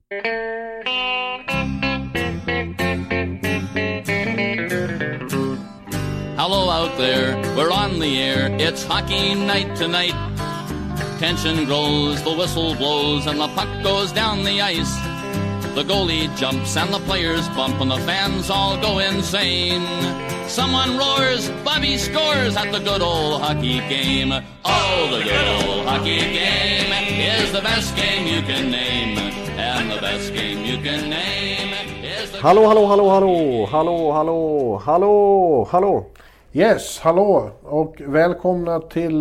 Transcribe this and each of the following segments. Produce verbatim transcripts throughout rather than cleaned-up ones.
Hello out there, we're on the air, it's hockey night tonight. Tension grows, the whistle blows, and the puck goes down the ice. The goalie jumps and the players bump and the fans all go insane. Someone roars, Bobby scores at the good old hockey game. Oh, the good old hockey game is the best game you can name. And the best game you can name is the... Hallå, hallå, hallå, hallå, hallå, hallå, hallå, hallå. Yes, hallå och välkomna till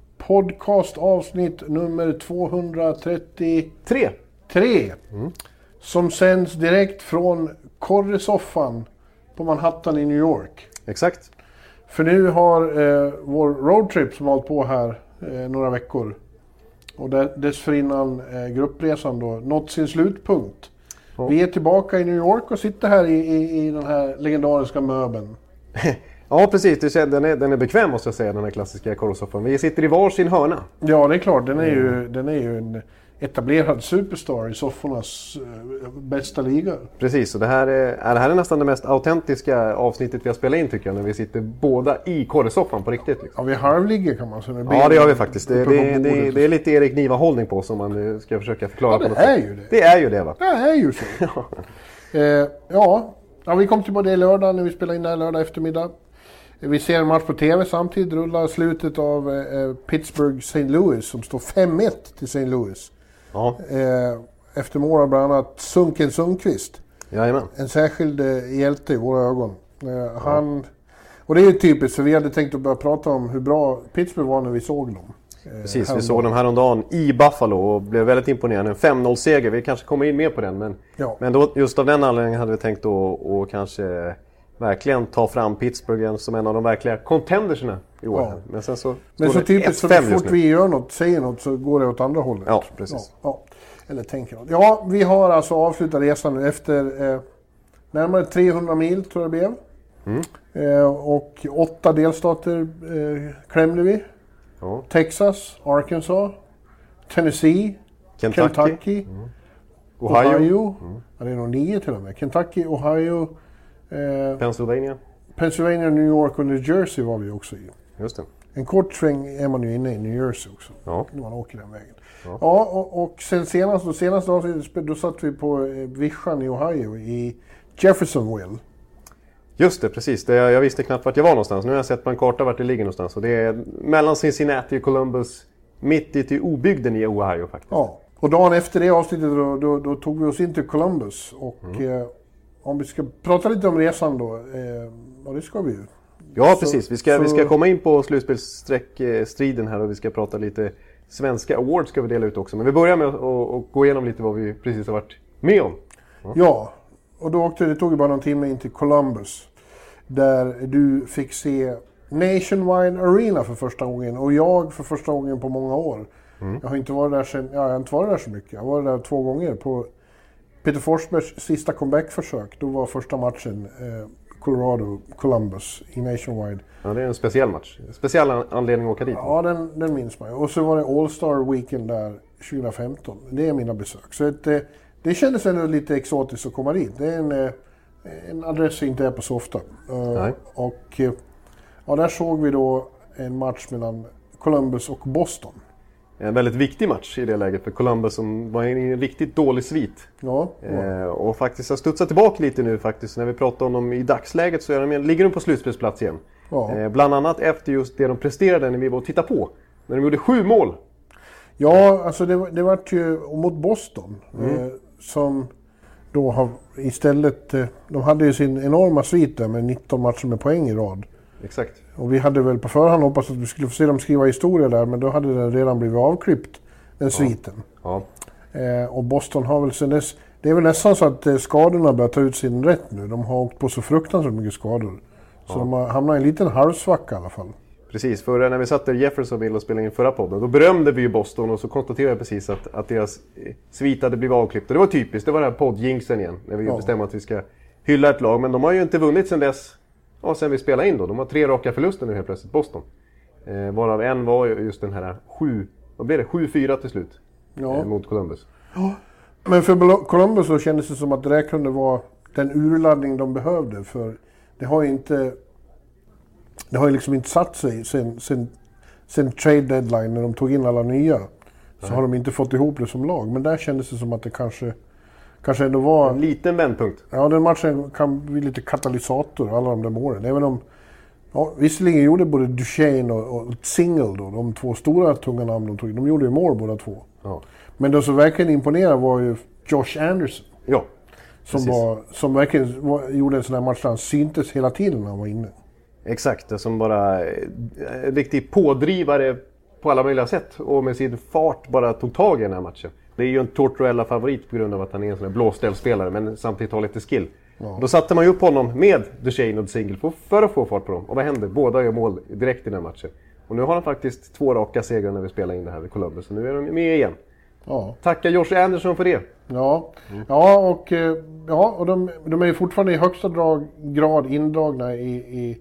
podcast avsnitt nummer tvåhundratrettiotre. Tre. Mm. Som sänds direkt från korresoffan på Manhattan i New York. Exakt. För nu har eh, vår roadtrip som har hållit på här eh, några veckor och där, dessförinnan eh, gruppresan då nått sin slutpunkt. Ja. Vi är tillbaka i New York och sitter här i, i, i den här legendariska möbeln. Ja, precis. Det känns, den, är, den är bekväm måste jag säga, den här klassiska korresoffan. Vi sitter i varsin hörna. Ja, det är klart. Den är ju, mm. den är ju en etablerad superstar i soffornas uh, bästa liga. Precis, och det här, är, är, det här är nästan det mest autentiska avsnittet vi har spelat in tycker jag. När vi sitter båda i korresoffan på riktigt. Liksom. Ja, vi halvligger kan man säga. Ja, det gör vi faktiskt. Det, det, det, det är lite Erik Niva-hållning på som man ska försöka förklara. Ja, på det något är sätt. ju det. Det är ju det va? Det är ju så. ja. Eh, ja. ja, vi kom tillbaka det lördag när vi spelade in det här lördag eftermiddag. Vi ser en match på tv samtidigt, rullar slutet av eh, Pittsburgh Saint Louis som står fem ett till Saint Louis. Ja. Eh, efter mål av bland annat Sunken Sundqvist. Jajamän. En särskild eh, hjälte i våra ögon. Eh, han, ja. Och det är ju typiskt för vi hade tänkt att börja prata om hur bra Pittsburgh var när vi såg dem. Eh, Precis, häromdagen. Vi såg dem häromdagen i Buffalo och blev väldigt imponerande. En fem noll-seger, vi kanske kommer in mer på den. Men, ja. men då, just av den anledningen hade vi tänkt att och kanske... verkligen ta fram Pittsburgh som en av de verkliga contenderserna i år. Ja. Men sen så Men så typiskt så fort vi gör något, säger något så går det åt andra hållet. Ja, precis. Ja, ja. Eller tänker något. Ja, vi har alltså avslutat resan nu efter eh, närmare trehundra mil tror jag det blev. Mm. Eh, och åtta delstater eh, klämde vi. Ja. Texas, Arkansas, Tennessee, Kentucky, Kentucky mm. Ohio, Ohio. Mm. Ja, det är nog nio till och med. Kentucky, Ohio, Eh, Pennsylvania. Pennsylvania, New York och New Jersey var vi också i. Just det. En kort sväng är man ju inne i New Jersey också. Ja. När man åker den vägen. Ja, ja och, och sen senast, och senast avsnittet då satt vi på eh, vischan i Ohio i Jeffersonville. Just det, precis. Det, jag visste knappt vart jag var någonstans. Nu har jag sett på en karta vart det ligger någonstans. Och det är mellan Cincinnati och Columbus, mitt i till obygden i Ohio faktiskt. Ja, och dagen efter det avsnittet då, då, då tog vi oss in till Columbus och... Mm. Eh, om vi ska prata lite om resan då, eh, ja det ska vi ju. Ja, så, precis. Vi ska, så... vi ska komma in på slutspelssträckstriden här och vi ska prata lite svenska awards ska vi dela ut också. Men vi börjar med att och, och gå igenom lite vad vi precis har varit med om. Ja, ja och då åkte, det tog ju bara någon timme in till Columbus. Där du fick se Nationwide Arena för första gången och jag för första gången på många år. Mm. Jag har inte varit där sen, ja, jag har inte varit där så mycket. Jag har varit där två gånger på Peter Forsbergs sista comeback-försök. Då var första matchen eh, Colorado-Columbus i Nationwide. Ja, det är en speciell match. En speciell anledning att åka dit. Ja, den, den minns man ju. Och så var det All-Star Weekend där tjugohundrafemton. Det är mina besök. Så ett, det, det kändes ändå lite exotiskt att komma dit. Det är en, en adress som inte är på så ofta. Uh, och ja, där såg vi då en match mellan Columbus och Boston. En väldigt viktig match i det läget för Columbus som var i en riktigt dålig svit. Ja, ja. Eh, och faktiskt har studsat tillbaka lite nu faktiskt. När vi pratar om dem i dagsläget så är de, ligger de på slutspelsplats igen. Ja. Eh, bland annat efter just det de presterade när vi var och tittade på. När de gjorde sju mål. Ja, alltså det, det var ju mot Boston. Mm. Eh, som då har istället... Eh, de hade ju sin enorma svit där med nitton matcher med poäng i rad. Exakt. Och vi hade väl på förhand hoppats att vi skulle få se dem skriva historia där. Men då hade den redan blivit avklippt, den sviten. Ja. Ja. Eh, och Boston har väl sen dess... Det är väl nästan så att eh, skadorna börjar ta ut sin rätt nu. De har åkt på så fruktansvärt mycket skador. Så ja. De har hamnat i en liten halvsvacka i alla fall. Precis, för när vi satt där i Jeffersonville och spelade in förra podden, då berömde vi ju Boston och så konstaterade jag precis att, att deras svit hade blivit avklippt. Och det var typiskt, det var den här poddjingsen igen, när vi ja. bestämde att vi ska hylla ett lag. Men de har ju inte vunnit sedan dess, ja, sen vi spelade in då. De har tre raka förluster nu helt plötsligt, Boston. Eh, varav en var just den här sju, vad blev det? sju fyra till slut ja. eh, mot Columbus. Ja, Men för Columbus så kändes det som att det där kunde vara den urladdning de behövde. För det har ju inte... Det har ju liksom inte satt sig sen, sen, sen trade deadline när de tog in alla nya. Så Nej. har de inte fått ihop det som lag. Men där kändes det som att det kanske... Kanske ändå var... En liten vändpunkt. Ja, den matchen kan bli lite katalysator alla de där målen. Även om... Ja, visserligen gjorde både Duchene och, och Single då, de två stora tunga namn de tog. De gjorde ju mål båda två. Ja. Men de som verkligen imponerade var ju Josh Anderson. Ja, som, var, som verkligen var, gjorde en sån här match där han syntes hela tiden när han var inne. Exakt, som bara en riktig pådrivare på alla möjliga sätt. Och med sin fart bara tog tag i den här matchen. Det är ju en Tortorella-favorit på grund av att han är en sån här blåställspelare men samtidigt har lite skill. Ja. Då satte man ju upp honom med Duchene och Single för att få fart på dem. Och vad hände? Båda gör mål direkt i den här matchen. Och nu har han faktiskt två raka segrar när vi spelar in det här vid Columbus. Så nu är de med igen. Ja. Tacka Josh Anderson för det. Ja, mm. ja och, ja, och de, de är ju fortfarande i högsta drag, grad indragna i, i,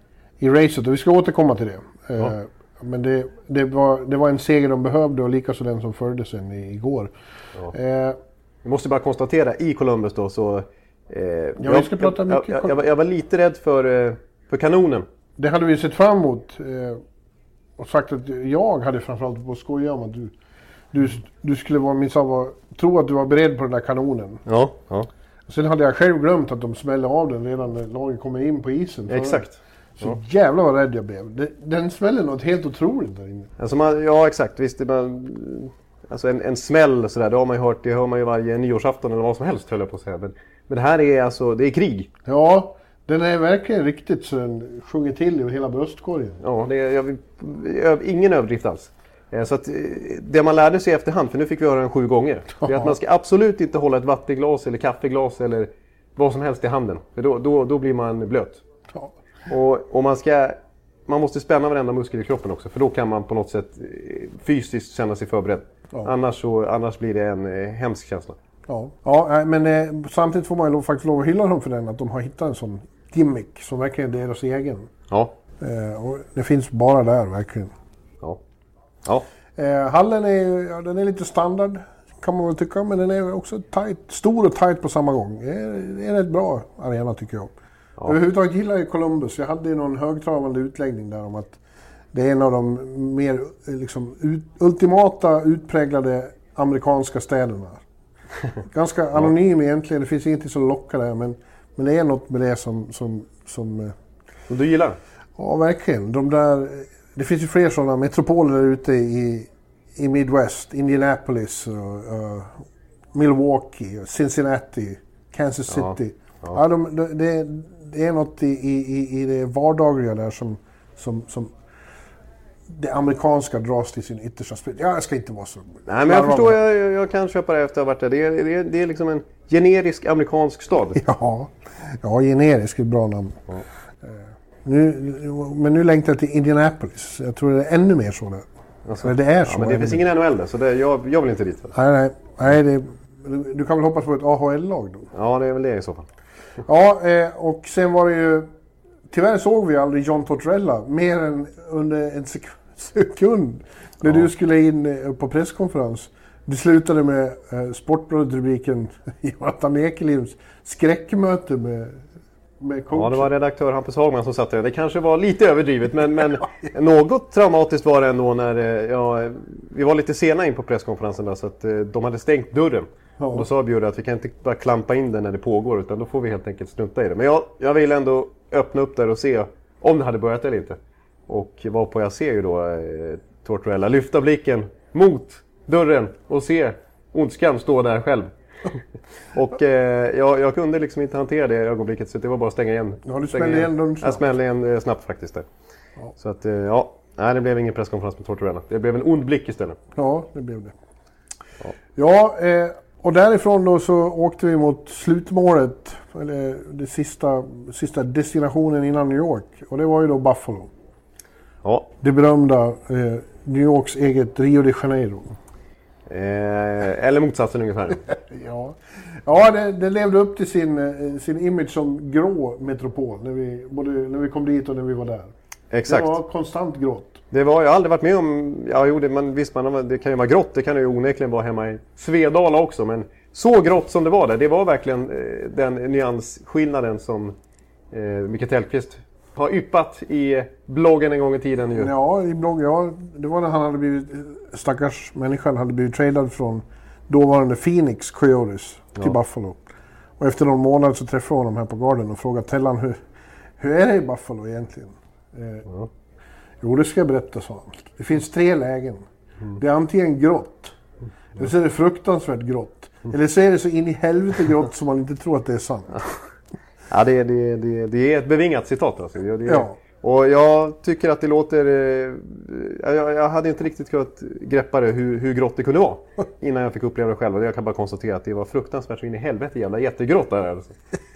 i racet. Och vi ska återkomma till det. Ja. Uh, men det, det, var, det var en seger de behövde och likaså den som förde sen igår. Ja. Uh, vi måste bara konstatera, i Columbus då så... Eh, ja, jag, vi ska prata mycket. Jag, jag, jag var lite rädd för, för kanonen. Det hade vi sett fram emot. Eh, och sagt att jag hade framförallt på att skoja om att du, du, du skulle vara, minsann var, tro att du var beredd på den där kanonen. Ja, ja. Sen hade jag själv glömt att de smällde av den redan när lagen kommer in på isen. Exakt. Så ja. Jävlar vad rädd jag blev. Den smäller något helt otroligt där inne. Alltså man, ja, exakt. Visst, man, alltså en, en smäll sådär, det har man ju hört, det hör man ju varje nyårsafton eller vad som helst, höll jag på att säga. Men, men det här är alltså, det är krig. Ja, den är verkligen riktigt så den sjunger till i hela bröstkorgen. Ja, det är jag, jag, ingen överdrift alls. Så att det man lärde sig efterhand, för nu fick vi höra den sju gånger, ja. Det är att man ska absolut inte hålla ett vattenglas eller kaffeglas eller vad som helst i handen. För då, då, då blir man blöt. Ja. Och, och man ska... Man måste spänna varenda muskel i kroppen också, för då kan man på något sätt fysiskt känna sig förberedd. Ja. Annars, så, annars blir det en eh, hemsk känsla. Ja, ja men eh, samtidigt får man ju faktiskt lov att hylla dem för den, att de har hittat en sån gimmick som verkligen är deras egen. Ja. Eh, och det finns bara där, verkligen. Ja. Ja. Eh, hallen är, ja, den är lite standard, kan man väl tycka, men den är också tight, stor och tight på samma gång. Det är, det är en rätt bra arena, tycker jag. Ja. Överhuvudtaget gillar jag Columbus. Jag hade ju någon högtravande utläggning där om att det är en av de mer liksom, ut, ultimata, utpräglade amerikanska städerna. Ganska anonym egentligen, det finns ingenting som lockar där, men, men det är något med det som... som, som du gillar? Ja, verkligen. De där, det finns ju fler sådana metropoler där ute i, i Midwest, Indianapolis, och, uh, Milwaukee, Cincinnati, Kansas City. Ja. Ja. Ja, de, de, det, det är något i, i, i det vardagliga där som, som, som det amerikanska dras till sin yttersta sprit. Ja, jag ska inte vara så... Nej, men jag förstår, jag, jag kan köpa det efter att ha varit där. Det är, det, är, det är liksom en generisk amerikansk stad. Ja, ja generisk är ett bra namn. Ja. Uh, nu, men nu längtar jag till Indianapolis. Jag tror det är ännu mer så där. Alltså, det är så. Ja, men det finns ingen N H L där, så det, jag, jag vill inte dit. Nej, nej. nej det, du kan väl hoppas på ett A H L-lag då? Ja, det är väl det i så fall. Ja, eh, och sen var det ju... Tyvärr såg vi aldrig John Tortorella mer än under en sek- sekund när ja. Du skulle in eh, på presskonferens. Det slutade med eh, Sportbladet-rubriken Jonathan Ekelivs skräckmöte med, med coachen. Ja, det var redaktör Hampus Hagman som satt där. Det kanske var lite överdrivet, men, men något traumatiskt var det ändå när eh, ja, vi var lite sena in på presskonferensen där, så att eh, de hade stängt dörren. Ja. Och då sa Björn att vi kan inte bara klampa in den när det pågår, utan då får vi helt enkelt strunta i det. Men jag, jag vill ändå öppna upp där och se om det hade börjat eller inte. Och vad på jag ser ju då eh, Tortorella lyfta blicken mot dörren och se ondskan stå där själv. Och eh, jag, jag kunde liksom inte hantera det ögonblicket, så det var bara att stänga igen. Ja, du smällde igen den snabbt. Jag smällde igen eh, snabbt faktiskt där. Ja. Så att, eh, ja, nej, det blev ingen presskonferens med Tortorella. Det blev en ond blick istället. Ja, det blev det. Ja, ja eh, och därifrån då så åkte vi mot slutmålet, eller det sista, sista destinationen innan New York. Och det var ju då Buffalo. Ja. Det berömda eh, New Yorks eget Rio de Janeiro. Eh, eller motsatsen ungefär. ja, ja det, det levde upp till sin, sin image som grå metropol när vi, både när vi kom dit och när vi var där. Exakt. Det var konstant grått. Det var jag aldrig varit med om. Ja, jo, det, man, visst, man, det kan ju vara grått. Det kan ju onekligen vara hemma i Svedala också. Men så grått som det var där. Det var verkligen eh, den nyansskillnaden som eh, Micke Tellqvist har yppat i bloggen en gång i tiden. Ju. Ja, i bloggen. Ja, det var när han hade blivit, stackars människan hade blivit tradad från dåvarande Phoenix Coyotes till ja. Buffalo. Och efter någon månad så träffade jag honom här på Garden och frågade Tellan hur, hur är det i Buffalo egentligen? Eh, ja. Jo, det ska jag berätta, sa han. Det finns tre lägen. Mm. Det är antingen grått, mm. eller så är det fruktansvärt grått. Mm. Eller så är det så in i helvete grått som man inte tror att det är sant. Ja, det, det, det, det är ett bevingat citat alltså. Det, det, ja. Och jag tycker att det låter... Eh, jag, jag hade inte riktigt kunnat greppa det hur, hur grått det kunde vara innan jag fick uppleva det själv. Och jag kan bara konstatera att det var fruktansvärt så in i helvete jävla jättegrått där alltså.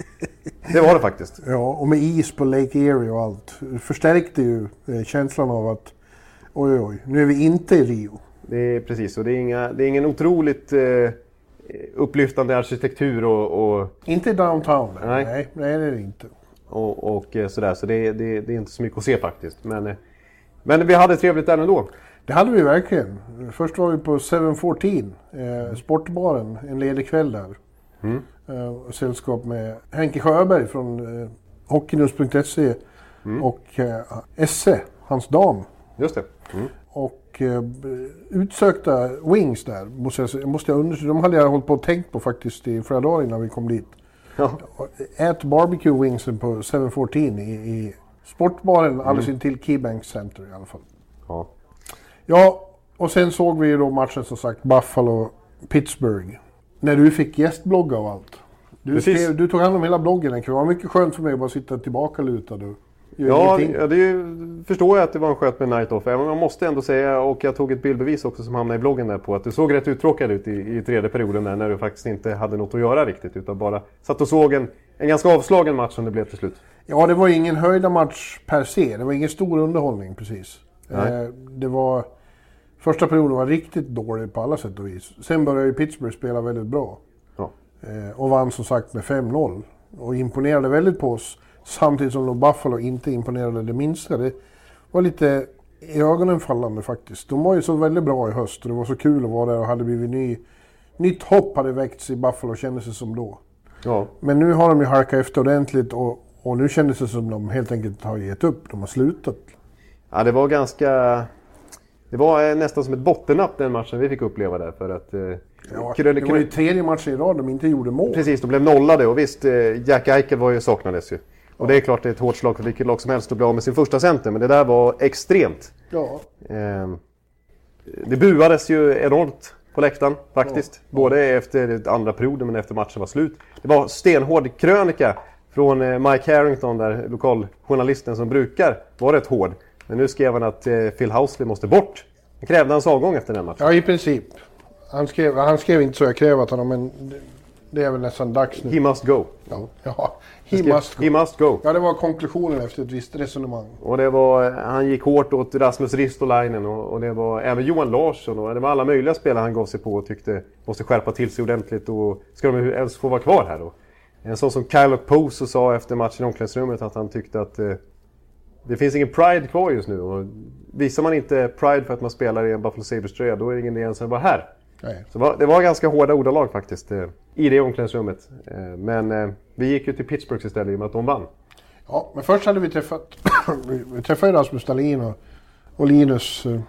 Det var det faktiskt. Ja, och med is på Lake Erie och allt. Det förstärkte ju eh, känslan av att oj, oj, nu är vi inte i Rio. Det är precis, och det är, inga, det är ingen otroligt eh, upplyftande arkitektur och... och inte downtown. Nej. Nej, nej, det är det inte. Och, och sådär, så det, det, det är inte så mycket att se faktiskt. Men, men vi hade trevligt där ändå. Det hade vi verkligen. Först var vi på sju fjorton, eh, sportbaren, en ledig kväll där. Mm. Eh, sällskap med Henke Sjöberg från eh, hockeynews punkt se mm. och eh, Esse, hans dam. Just det. Mm. Och eh, utsökta wings där, måste jag, måste jag undersöka. De hade jag hållit på och tänkt på faktiskt i flera dagar innan vi kom dit. Ja. Ät barbecue wingsen på sju fjorton i, i sportbaren mm. alldeles intill KeyBank Center i alla fall. Ja. Ja, och sen såg vi då matchen som sagt Buffalo-Pittsburgh. När du fick gästblogga och allt. Du, skrev, du tog hand om hela bloggen. Det var mycket skönt för mig att bara sitta tillbaka lutad. Ja, ja, det förstår jag att det var en skönt med night off. Även om jag måste ändå säga, och jag tog ett bildbevis också som hamnade i bloggen där på, att du såg rätt uttråkad ut i, i tredje perioden där, när du faktiskt inte hade något att göra riktigt, utan bara satt och såg en, en ganska avslagen match som det blev till slut. Ja, det var ingen höjda match per se. Det var ingen stor underhållning precis. Eh, det var... Första perioden var riktigt dålig på alla sätt och vis. Sen började ju Pittsburgh spela väldigt bra. Ja. Eh, och vann som sagt med fem noll. Och imponerade väldigt på oss. Samtidigt som Buffalo inte imponerade det minsta. Det var lite i ögonen fallande faktiskt. De var ju så väldigt bra i höst. Och det var så kul att vara där och hade blivit ny. Nytt hopp hade väckts i Buffalo, kändes det som då. Ja. Men nu har de ju harkat efter ordentligt. Och, och nu kändes det som de helt enkelt har gett upp. De har slutat. Ja, det var ganska... Det var nästan som ett bottennapp den matchen vi fick uppleva där. För att, eh, ja, det, det var ju tredje matchen i rad de inte gjorde mål. Precis, de blev nollade. Och visst, eh, Jack Eichel var ju, saknades ju. Och det är klart det är ett hårt slag för vilket lag som helst att bli av med sin första center. Men det där var extremt. Ja. Eh, det buades ju enormt på läktaren faktiskt. Ja. Både efter andra perioden men efter matchen var slut. Det var stenhård krönika från eh, Mike Harrington, där lokaljournalisten som brukar vara rätt hård. Men nu skrev han att eh, Phil Housley måste bort. Han krävde hans avgång efter den matchen. Ja, i princip. Han skrev, han skrev inte så jag kräver att honom, men det är väl nästan dags nu. He must go. Ja, ja he, skrev, must go. he must go. Ja, det var konklusionen efter ett visst resonemang. Och det var, han gick hårt åt Rasmus Ristolainen och, och det var även Johan Larsson. Och det var alla möjliga spelare han gav sig på och tyckte måste skärpa till sig ordentligt. Och ska de ens få vara kvar här då? En sån som Kyle Okposo sa efter matchen i omklädningsrummet att han tyckte att... Eh, det finns ingen pride kvar just nu, och visar man inte pride för att man spelar i en Buffalo Sabres-tröja, då är det ingen idé ens att vara här. Nej. Så det var, det var ganska hårda ordalag faktiskt eh, i det omklädningsrummet. Eh, men eh, vi gick ju till Pittsburgh istället i och med att de vann. Ja, men först hade vi träffat vi träffade Rasmus Dahlin och, och Linus eh,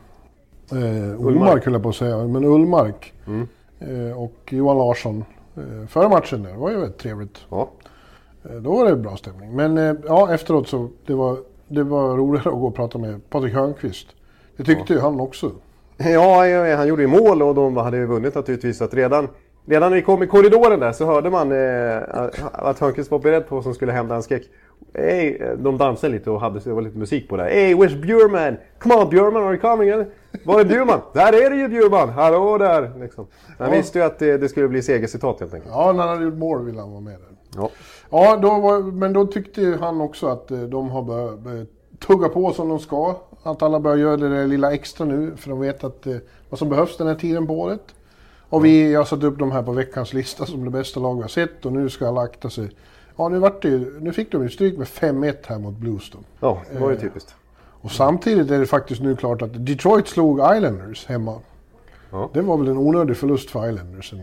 Ullmark, höll jag på att säga, men Ullmark mm. eh, och Johan Larsson eh, före matchen där. Det var ju väldigt trevligt. Ja. Eh, då var det bra stämning. Men eh, ja, efteråt så det var Det var roligare att gå och prata med Patrik Hörnqvist. Det tyckte ja. ju han också. Ja, han gjorde ju mål och de hade ju vunnit naturligtvis. Att redan, redan när vi kom i korridoren där så hörde man eh, att Hörnqvist var beredd på vad som skulle hända. Han skrek, hey, de dansade lite och hade det var lite musik på det. Hey, where's Bjurman? Come on Bjurman, are you coming? Var är Bjurman? Där är det ju Bjurman! Hallå där! Liksom. Han ja. visste ju att det, det skulle bli segercitat helt enkelt. Ja, när han hade gjort mål ville han vara med där. Ja. Ja, då var, men då tyckte han också att de har börjat, börjat tugga på som de ska. Att alla börjar göra det där lilla extra nu, för de vet att vad som behövs den här tiden på året. Och vi har satt upp de här på veckans lista som det bästa lag vi har sett, och nu ska alla akta sig. Ja, nu, vart det, nu fick de ju stryk med fem ett här mot Blues då. Ja, det var ju typiskt. Eh, och samtidigt är det faktiskt nu klart att Detroit slog Islanders hemma. Ja. Det var väl en onödig förlust för Islanders ändå.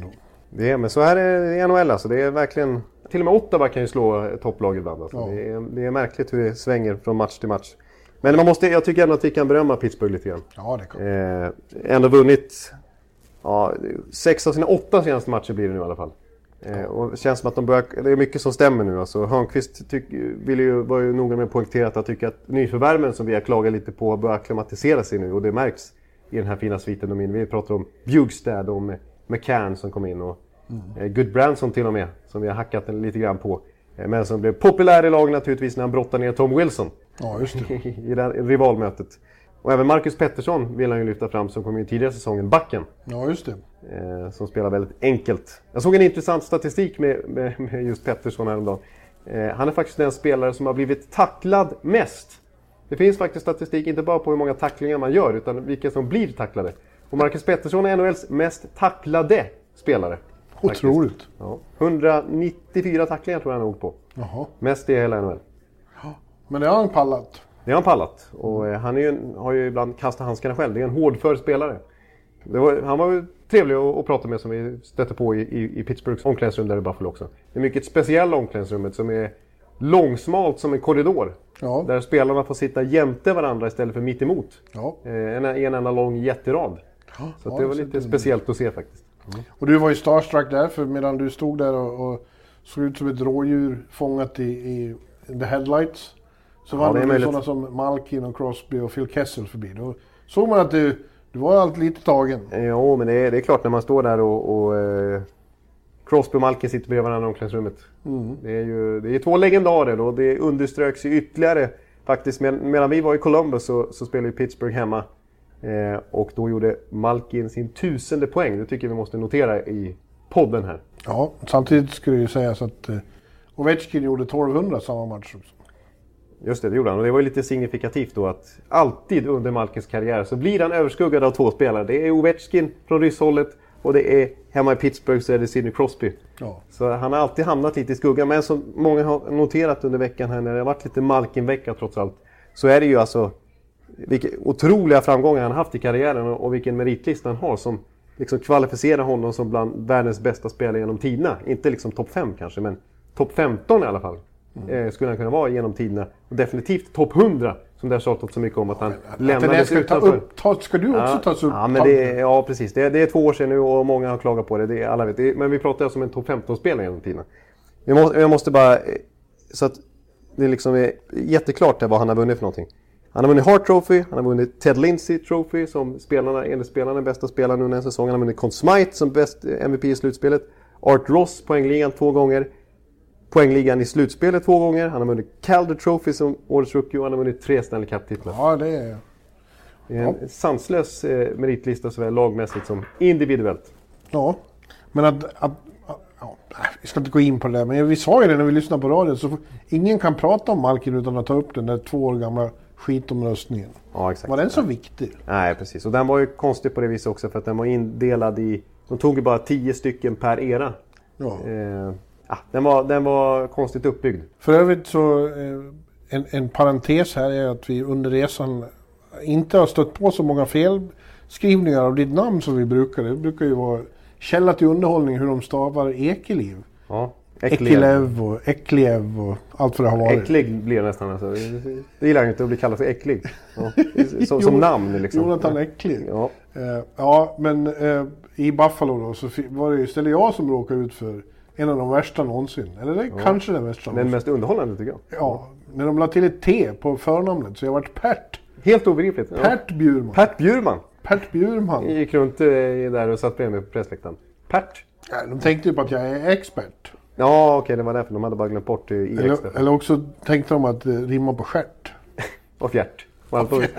Det är, men så här är det i N H L alltså. Det är verkligen... Till och med Ottawa kan ju slå topplag ibland. Alltså. Ja. Det, är, det är märkligt hur det svänger från match till match. Men man måste, jag tycker ändå att vi kan berömma Pittsburgh lite grann. Ja, det kan. Eh, ändå vunnit ja, sex av sina åtta senaste matcher blir det nu i alla fall. Eh, och det känns som att de börjar, det är mycket som stämmer nu. Alltså, Hörnqvist tyck, vill ju, var ju noga med att poängtera att jag tycker att nyförvärven som vi har klagat lite på börjar akklimatisera sig nu. Och det märks i den här fina sviten de in. Vi pratar om Bjugstad och McCann som kom in och mm. eh, Goodbranson till och med som vi har hackat lite grann på. Eh, men som blev populär i lag naturligtvis när han brottade ner Tom Wilson. Ja, just det. I det rivalmötet. Och även Marcus Pettersson vill han ju lyfta fram som kom in tidigare säsongen, backen. Ja, just det. Eh, som spelar väldigt enkelt. Jag såg en intressant statistik med, med, med just Pettersson häromdagen. Eh, han är faktiskt den spelare som har blivit tacklad mest. Det finns faktiskt statistik inte bara på hur många tacklingar man gör utan vilka som blir tacklade. Och Marcus Pettersson är N H L:s mest tacklade spelare. Otroligt. Ja, etthundranittiofyra tacklingar tror jag han har åkt på. Jaha. Mest i hela N H L. Ja. Men det har han pallat. Det har han pallat. Och eh, han är ju, har ju ibland kastat handskarna själv. Det är en hårdför spelare. Det var, han var ju trevlig att, att prata med som vi stötte på i, i, i Pittsburghs omklädningsrum där i Buffalo också. Det är mycket speciella omklädningsrummet som är långsmalt som en korridor. Ja. Där spelarna får sitta jämte varandra istället för mitt emot. Ja. Eh, en, en enda lång jätterad. Ja. Så ja, det var lite det speciellt att se faktiskt. Mm. Och du var ju starstruck där för medan du stod där och, och såg ut som ett rådjur fångat i, i the headlights. Så var ja, det, det sådana som Malkin och Crosby och Phil Kessel förbi. Då såg man att du, du var allt lite tagen. Ja, men det är, det är klart när man står där och, och eh, Crosby och Malkin sitter bredvid varandra i omklädningsrummet. Mm. Det är ju det är två legendarer och det underströks ju ytterligare. Faktiskt med, medan vi var i Columbus så, så spelade Pittsburgh hemma. Eh, och då gjorde Malkin sin tusende poäng. Det tycker vi måste notera i podden här. Ja, samtidigt skulle det ju sägas att eh, Ovechkin gjorde tolvhundra samma match också. Just det, det gjorde han. Och det var ju lite signifikativt då att alltid under Malkins karriär så blir han överskuggad av två spelare. Det är Ovechkin från rysshållet och det är hemma i Pittsburgh så är det Sidney Crosby. Ja. Så han har alltid hamnat lite i skuggan. Men som många har noterat under veckan här när det har varit lite Malkin-vecka trots allt. Så är det ju alltså vilka otroliga framgångar han har haft i karriären och, och vilken meritlista han har som liksom kvalificerar honom som bland världens bästa spelare genom tiderna. Inte liksom topp fem kanske, men topp femton i alla fall. Mm. Eh, skulle han kunna vara genom tiderna. Och definitivt topp hundra som det har tjatat så mycket om att han ja, lämnades utanför. Upp, ta, ska du också ja, tas upp? Ja, men det, ja precis. Det, det är två år sedan nu och många har klagat på det. det alla vet. Det, men vi pratar alltså om en topp femton-spelare genom tiderna. Jag måste, jag måste bara... Så att det liksom är jätteklart vad han har vunnit för någonting. Han har vunnit Hart Trophy, han har vunnit Ted Lindsay Trophy som spelarna, enligt spelarna bästa spelaren under en säsong. Han har vunnit Conn Smythe som bäst M V P i slutspelet. Art Ross poängligan två gånger. Poängligan i slutspelet två gånger. Han har vunnit Calder Trophy som årets rookie och han har vunnit tre Stanley Cup-titlar. Ja, det är det är en ja. sanslös eh, meritlista såväl lagmässigt som individuellt. Ja, men att... att ja, vi ska inte gå in på det där, men vi sa ju det när vi lyssnade på radio så ingen kan prata om Malkin utan att ta upp den där två år gamla skitomröstningen. Ja, exakt. Var den så viktig? Nej, precis. Och den var ju konstig på det viset också för att den var indelad i... De tog ju bara tio stycken per era. Ja. Eh, ja den, var, den var konstigt uppbyggd. För övrigt så... Eh, en, en parentes här är att vi under resan inte har stött på så många felskrivningar av ditt namn som vi brukar. Det brukar ju vara källa till underhållning hur de stavar Ekeliv. Ja. Ekelev och Ekliev och allt för det har varit. Äcklig blir nästan alltså. Det gillar jag inte att bli kallad för äcklig. Ja. Som, som namn liksom. Jonathan Äcklig. Ja. Uh, ja, men uh, i Buffalo då så var det istället jag som råkade ut för en av de värsta någonsin. Eller det, ja. Kanske den värsta. Den mest underhållande tycker jag. Ja, när de la till ett T på förnamnet så jag varit Pert. Helt obegripligt. Ja. Pert Bjurman. Pert Bjurman. Pert Bjurman. Gick runt uh, där och satt bredvid på pressläktaren. Pert. Ja, de tänkte ju på att jag är expert. Ja, okej, okay, det var därför de hade bara glömt bort i eller, eller också tänkte de att uh, rimma på stjärt. Och fjärt. Och fjärt.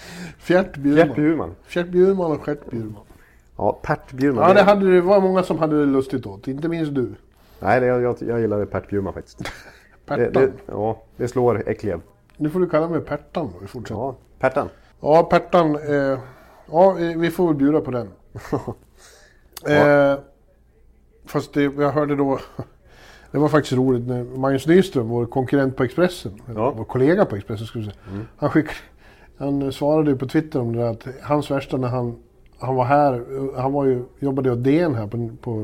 Fjärt Bjurman. Fjärt Bjurman. Fjärt Bjurman och stjärt Bjurman. Ja, Pert Bjurman. Ja, det, hade, det var många som hade det lustigt åt. Inte minst du. Nej, det, jag, jag gillade Pert Bjurman faktiskt. Pertan? Det, det, ja, det slår Äcklev. Nu får du kalla mig Pertan då i fortsättningen. Ja, Pertan. Ja, Pertan. Eh, ja, vi får väl bjuda på den. ja. eh, fast det, jag hörde då... Det var faktiskt roligt när Magnus Nyström, vår konkurrent på Expressen, ja. Vår kollega på Expressen skulle jag säga. Mm. Han, skick, han svarade på Twitter om det att hans värsta när han, han var här, han var ju, jobbade åt D N här på, på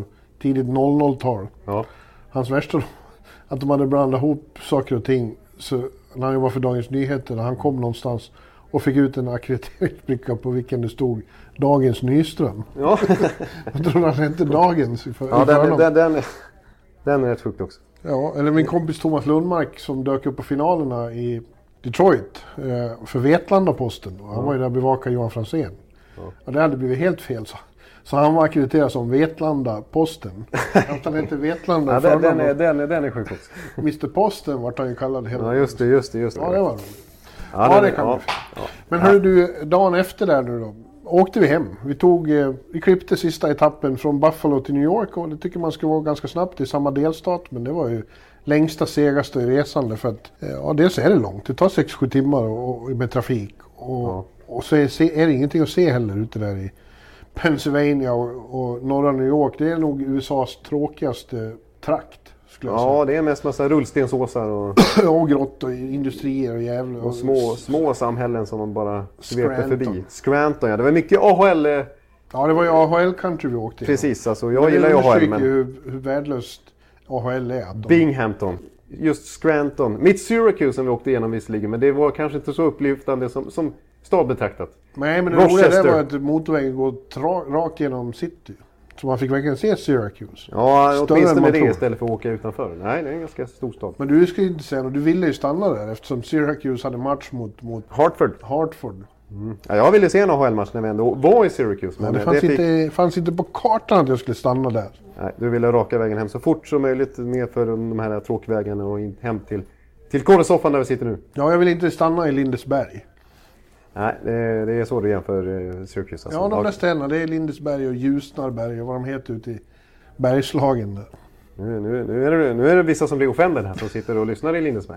tidigt noll noll-tal. Ja. Hans värsta att de hade blandat ihop saker och ting. Så när han var för Dagens Nyheter, när han kom någonstans och fick ut en akkrediteringsbricka på vilken det stod Dagens Nyström. Ja. Jag tror han hette Dagens. För, ja, den, den, den, den är rätt sjukt också. Ja, eller min kompis Thomas Lundmark som dök upp på finalerna i Detroit eh, för Vetlanda-Posten. Han ja. var ju där bevakade Johan Franzén. Ja. Och det hade blivit helt fel så. Så han var ackrediterad som Vetlanda-Posten. Att han hette Vetlanda. Ja, den, den, är, den, är, den är sjuk också. mister Posten vart han ju kallad hela. Ja, just det, just det, just det. Ja, det var roligt. Ja, ja, den, det kan ja, vi. ja. Men hörru du, dagen efter där nu då. Åkte vi hem. Vi tog, eh, vi klippte sista etappen från Buffalo till New York. Och det tycker man ska vara ganska snabbt i samma delstat. Men det var ju längsta, segaste resande. För att, eh, ja, dels är det långt. Det tar sex sju timmar och, och, med trafik. Och, ja. och så är, är det ingenting att se heller ute där i Pennsylvania och, och norra New York. Det är nog U S A:s tråkigaste trakt. Ja, det är mest massa rullstensåsar och... och grott och industrier och jävla... Och, och små, små samhällen som man bara sveper förbi. Scranton, ja. Det var mycket A H L... Ja, det var ju A H L-country vi åkte. Precis, alltså jag gillar ju A H L, men... hur, hur värdelöst A H L är. De... Binghamton. Just Scranton. Mitt Syracuse som vi åkte igenom visserligen, men det var kanske inte så upplyftande som, som stad betraktat. Nej, men det roliga var att motorvägen går tra- rakt genom city. Så man fick verkligen se Syracuse. Ja, åtminstone det istället för att åka utanför. Nej, det är en ganska stor stad. Men du skulle inte säga, och du ville ju stanna där eftersom Syracuse hade match mot, mot Hartford. Hartford. Mm. Ja, jag ville se en A H L-match när vi ändå var i Syracuse. Men ja, det fanns, det fick... inte, fanns inte på kartan att jag skulle stanna där. Nej, du ville raka vägen hem så fort som möjligt ner för de här tråkvägarna och in, hem till, till kåresoffan där vi sitter nu. Ja, jag vill inte stanna i Lindesberg. Nej, det, det är så du jämför uh, Syracuse. Alltså. Ja, de där ställena, det är Lindesberg och Ljusnarberg och vad de heter ute i Bergslagen där. Nu, nu, nu, är det, nu är det vissa som blir offended här som sitter och lyssnar i Lindesberg.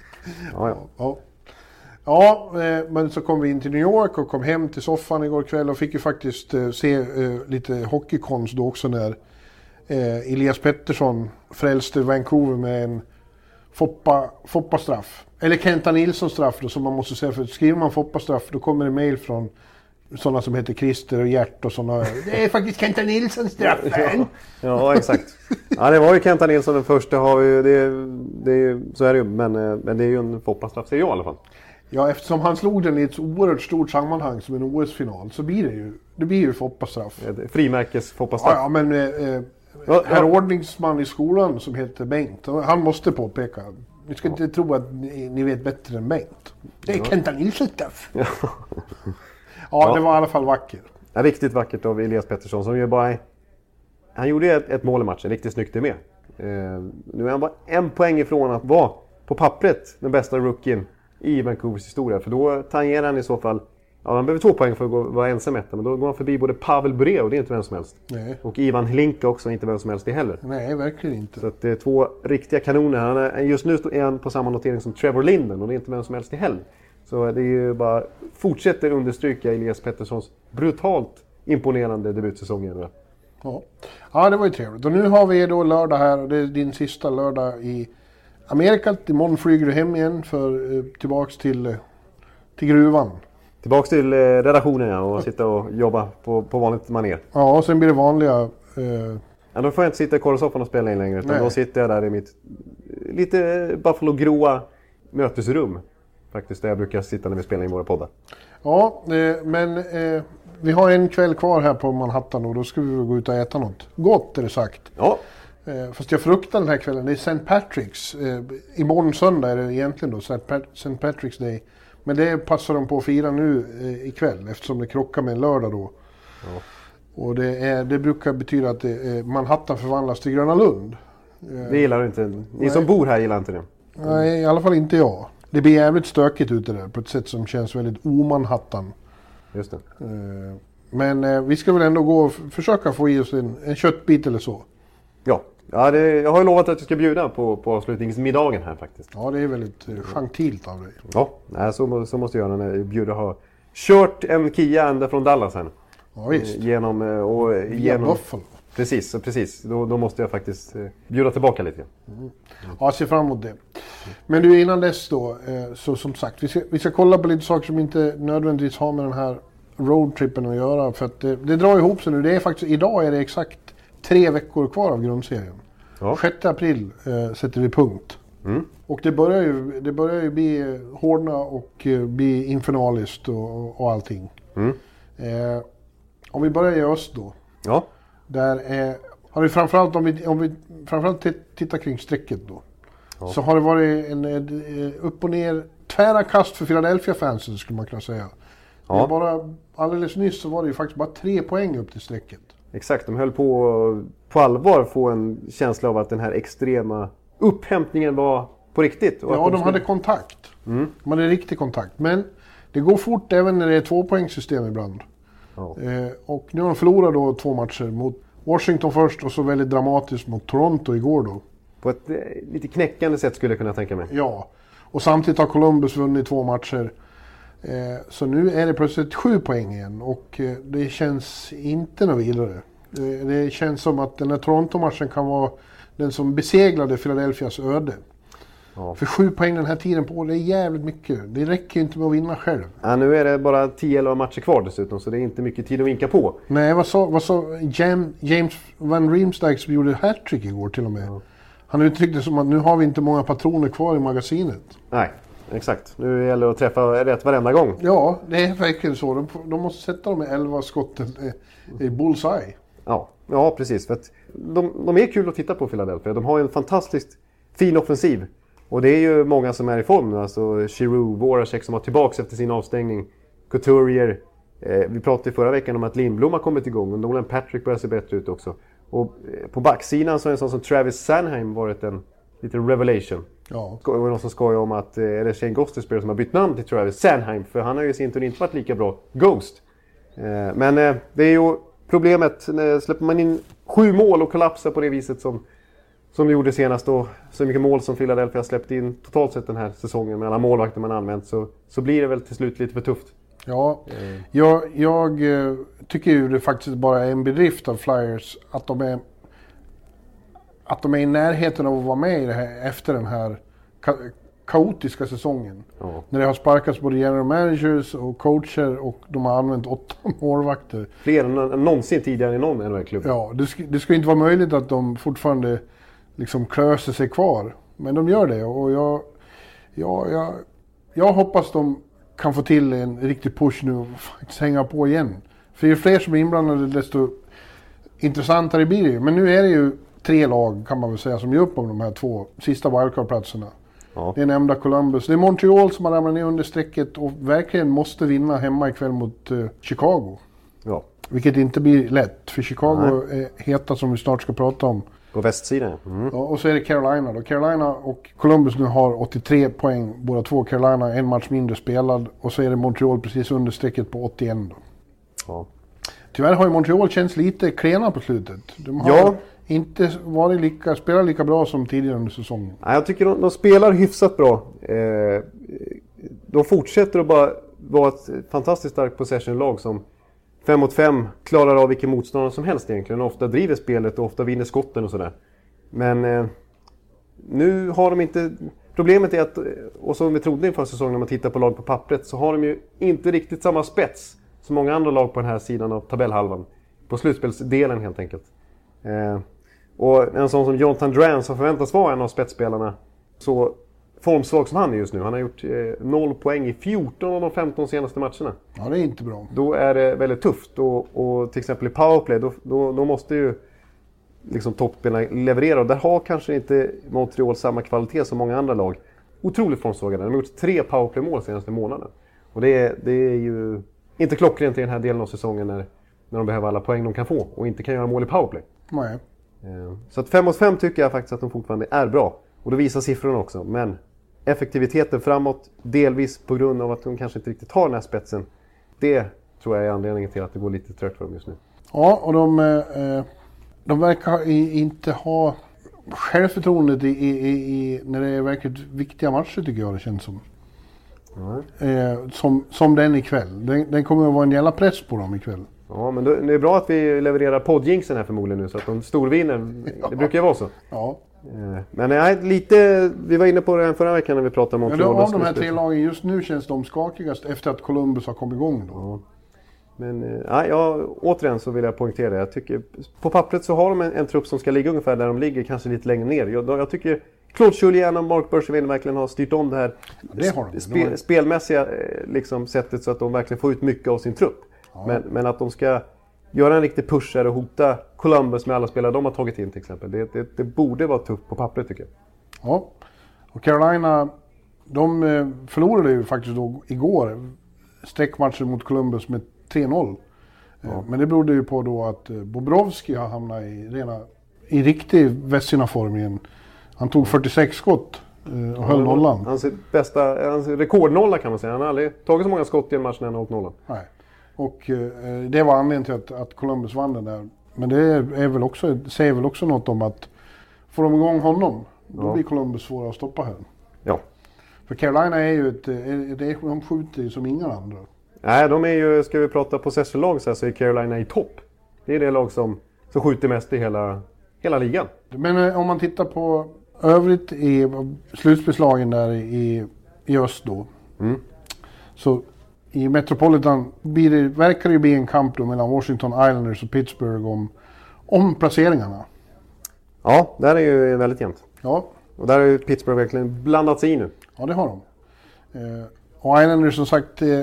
Ja, ja. ja. ja eh, men så kom vi in till New York och kom hem till soffan igår kväll och fick ju faktiskt eh, se eh, lite hockeykonst då också när eh, Elias Pettersson frälste Vancouver med en Foppa, Foppa-straff. Eller Kenta Nilsson-straff då, som man måste säga. För skriver man Foppa-straff då kommer det mejl från sådana som heter Christer och Gert och sådana. Det är faktiskt Kenta Nilsson-straffen. ja, ja, exakt. Ja, det var ju Kenta Nilsson den första. Har ju, det, det, så är det ju, men, men det är ju en Foppa-straff, säger jag i alla fall. Ja, eftersom han slog den i ett oerhört stort sammanhang som en O S-final så blir det ju, det blir ju Foppa-straff. Frimärkes Foppa-straff. Ja, ja men... Eh, Ja, herr ordningsman i skolan som heter Bengt, han måste påpeka. Ni ska inte tro att ni, ni vet bättre än Bengt. Det är ja. Kenta Nilsson-straff. Ja. ja, det var i alla fall vackert. Ja, riktigt vackert av Elias Pettersson som ju bara... Han gjorde ett, ett mål i matchen, riktigt snyggt det med. Eh, nu är han bara en poäng ifrån att vara på pappret den bästa rookien i Vancouvers historia. För då tangerar han i så fall... Ja, han behöver två poäng för att gå, vara ensam etta, men då går han förbi både Pavel Bure och det är inte vem som helst. Nej. Och Ivan Hlinka också, inte vem som helst det heller. Nej, verkligen inte. Så att det är två riktiga kanoner. Han är, just nu är han på samma notering som Trevor Linden och det är inte vem som helst det heller. Så det är ju bara, fortsätter understryka Elias Petterssons brutalt imponerande debutsäsong. Ja. ja, det var ju trevligt. Och nu har vi då lördag här, och det är din sista lördag i Amerika. Imorgon flyger du hem igen för tillbaks till, till gruvan. Tillbaks till eh, redaktionen ja, och sitta och jobba på, på vanligt manér. Ja, och sen blir det vanliga... Eh... Ja, då får jag inte sitta i kåresoffan och spela in längre. Utan då sitter jag där i mitt lite Buffalo-gråa mötesrum. Faktiskt där jag brukar sitta när vi spelar in våra poddar. Ja, eh, men eh, vi har en kväll kvar här på Manhattan och då ska vi gå ut och äta något. Gott är det sagt. Ja. Eh, fast jag fruktar den här kvällen. Det är Saint Patrick's. Eh, imorgon söndag är det egentligen då Saint Patrick's Day. Men det passar de på att fira nu eh, ikväll eftersom det krockar med en lördag då. Ja. Och det, är, det brukar betyda att det, eh, Manhattan förvandlas till Gröna Lund. Eh, det gillar du inte. Ni nej. Som bor här gillar inte det. Nej, i alla fall inte jag. Det blir jävligt stökigt ute där på ett sätt som känns väldigt omanhattan. Just det. Eh, men eh, vi ska väl ändå gå och f- försöka få i oss en, en köttbit eller så. Ja. Ja, det, jag har ju lovat att jag ska bjuda på, på avslutningsmiddagen här faktiskt. Ja, det är väldigt eh, gentilt av dig. Ja, nej, så, så måste jag göra när jag bjuder ha kört en Kia ända från Dallas här. Ja, visst. Genom... Och, genom Buffalo. Precis, precis. Då, då måste jag faktiskt eh, bjuda tillbaka lite. Mm. Ja, jag ser fram emot det. Men du, innan dess då, eh, så som sagt, vi ska, vi ska kolla på lite saker som inte nödvändigtvis har med den här roadtrippen att göra. För att det, det drar ihop sig nu. Det är faktiskt, idag är det exakt tre veckor kvar av grundserien. Ja. sjätte april eh, sätter vi punkt. Mm. Och det börjar ju, det börjar ju bli hårdna och eh, bli infernaliskt och, och allting. Mm. Eh, om vi börjar i öst då. Ja. Där är, har vi framförallt, om vi, om vi framförallt t- tittar kring strecket då. Ja. Så har det varit en, en upp och ner tvära kast för Philadelphia-fansen skulle man kunna säga. Ja. Bara, alldeles nyss så var det ju faktiskt bara tre poäng upp till strecket. Exakt, de höll på på allvar få en känsla av att den här extrema upphämtningen var på riktigt. Och ja, att de, de skulle... hade kontakt. Mm. De hade riktig kontakt. Men det går fort även när det är tvåpoängssystem ibland. Ja. Eh, och nu har de förlorat då två matcher mot Washington först och så väldigt dramatiskt mot Toronto igår då. På ett eh, lite knäckande sätt skulle jag kunna tänka mig. Ja, och samtidigt har Columbus vunnit två matcher. Eh, så nu är det plötsligt sju poäng igen och eh, det känns inte något vidare. Eh, det känns som att den här Toronto-matchen kan vara den som beseglade Philadelphias öde. Ja. För sju poäng den här tiden på, det är jävligt mycket. Det räcker ju inte med att vinna själv. Ja, nu är det bara tio elva matcher kvar dessutom, så det är inte mycket tid att vinka på. Nej, vad sa, vad sa Jam, James Van Riemsdyk som gjorde hattrick igår till och med. Ja. Han uttryckte som att nu har vi inte många patroner kvar i magasinet. Nej, exakt. Nu gäller det att träffa rätt varenda gång. Ja, det är verkligen så. De, de måste sätta de elva skotten i, i bullseye. Ja, ja, precis. För att de, de är kul att titta på Philadelphia. De har en fantastiskt fin offensiv. Och det är ju många som är i form nu. Alltså Giroux, Voracek som var tillbaka efter sin avstängning. Couturier. Eh, vi pratade förra veckan om att Lindblom har kommit igång. Och Nolan Patrick börjar se bättre ut också. Och eh, på backsidan så är en sån som Travis Sanheim varit en liten revelation. Ja. Det var någon som skojar om att eh, är det Shane Gostisbehere som har bytt namn till Travis Sanheim. För han har ju i sin tur inte varit lika bra Ghost. Eh, men eh, det är ju problemet. När släpper man in sju mål och kollapsar på det viset som... Som vi gjorde senast då, så mycket mål som Philadelphia släppt in totalt sett den här säsongen med alla målvakter man använt, så, så blir det väl till slut lite för tufft. Ja, mm. jag, jag tycker ju det faktiskt bara är en bedrift av Flyers att de är att de är i närheten av att vara med i det här efter den här ka- kaotiska säsongen. Ja. När det har sparkats både general managers och coacher och de har använt åtta målvakter. Fler än någonsin tidigare i någon N H L-klubb. Ja, det, sk- det ska inte vara möjligt att de fortfarande liksom klöser sig kvar. Men de gör det och jag, jag, jag, jag hoppas de kan få till en riktig push nu och faktiskt hänga på igen. För ju fler som är inblandade desto intressantare blir det ju. Men nu är det ju tre lag kan man väl säga som gör upp om de här två sista wildcard-platserna. Ja. Det är nämnda Columbus. Det är Montreal som har ramlat ner under strecket och verkligen måste vinna hemma ikväll mot uh, Chicago. Ja. Vilket inte blir lätt, för Chicago Nej. är heta som vi snart ska prata om. På västsidan. Mm. Ja, och så är det Carolina då. Carolina och Columbus nu har åttiotre poäng. Båda två. Carolina en match mindre spelad. Och så är det Montreal precis under strecket på åttioen då. Ja. Tyvärr har ju Montreal känts lite klena på slutet. De har ja. inte varit lika, spelat lika bra som tidigare under säsongen. Ja, jag tycker de, de spelar hyfsat bra. Eh, de fortsätter att bara vara ett fantastiskt starkt possession-lag som fem mot fem klarar av vilken motståndare som helst egentligen. Ofta driver spelet och ofta vinner skotten och sådär. Men eh, nu har de inte... Problemet är att, och som vi trodde inför säsongen när man tittar på lag på pappret, så har de ju inte riktigt samma spets som många andra lag på den här sidan av tabellhalvan. På slutspelsdelen helt enkelt. Eh, och en sån som Jonathan Drouin som förväntas vara en av spetsspelarna, så formsvag som han är just nu. Han har gjort eh, noll poäng i fjorton av de femton senaste matcherna. Ja, det är inte bra. Då är det väldigt tufft. Och, och till exempel i powerplay, då, då, då måste ju liksom toppspelarna leverera. Och där har kanske inte Montreal samma kvalitet som många andra lag. Otroligt formsvaga. De har gjort tre powerplay-mål senaste månaden. Och det är, det är ju inte klockrent i den här delen av säsongen när, när de behöver alla poäng de kan få. Och inte kan göra mål i powerplay. Nej. Så att fem mot fem tycker jag faktiskt att de fortfarande är bra. Och då visar siffrorna också. Men effektiviteten framåt, delvis på grund av att de kanske inte riktigt har den här spetsen. Det tror jag är anledningen till att det går lite trött för dem just nu. Ja, och de, eh, de verkar inte ha självförtroendet i, i, i, när det är verkligt viktiga matcher tycker jag det känns som. Mm. Eh, som, som den ikväll. Den, den kommer att vara en jävla press på dem ikväll. Ja, men då, det är bra att vi levererar poddjingsen här förmodligen nu så att de storvinner. Ja. Det brukar ju vara så. Ja. Men nej, lite, vi var inne på det förra veckan när vi pratade om Montreal. Ja, av de här tre lagen just nu känns de skakigast efter att Columbus har kommit igång då. Men ja, jag, återigen så vill jag poängtera det. Jag tycker, på pappret så har de en, en trupp som ska ligga ungefär där de ligger, kanske lite längre ner. Jag, jag tycker Claude Julien och Mark Bergevin verkligen har styrt om det här ja, det har de. spe, de har... spelmässiga liksom, sättet så att de verkligen får ut mycket av sin trupp. Ja. Men, men att de ska göra en riktig push och hota Columbus med alla spelare de har tagit in till exempel. Det, det, det borde vara tufft på pappret tycker jag. Ja, och Carolina, de förlorade ju faktiskt då igår sträckmatchen mot Columbus med tre noll. Ja. Men det berodde ju på då att Bobrovski har hamnat i, rena, i riktig Vessina-form igen. Han tog fyrtiosex skott och höll ja, nollan. Hans bästa, hans rekordnolla kan man säga. Han har aldrig tagit så många skott i en match när han har åkt nollan. Nej. Och eh, det var anledningen till att, att Columbus vann den där. Men det är, är väl också, säger väl också något om att får de igång honom, då ja. blir Columbus svåra att stoppa här. Ja. För Carolina är ju ett, det är, de skjuter ju som inga andra. Nej, de är ju, ska vi prata possession-lag så, här, så är Carolina i topp. Det är det lag som, som skjuter mest i hela, hela ligan. Men eh, om man tittar på övrigt i slutspelslagen där i, i öst då. Mm. Så i Metropolitan blir det, verkar det ju bli en kamp då mellan Washington Islanders och Pittsburgh om, om placeringarna. Ja, där är ju väldigt jämnt. Ja. Och där har ju Pittsburgh verkligen blandat sig i nu. Ja, det har de. Eh, och Islanders som sagt eh,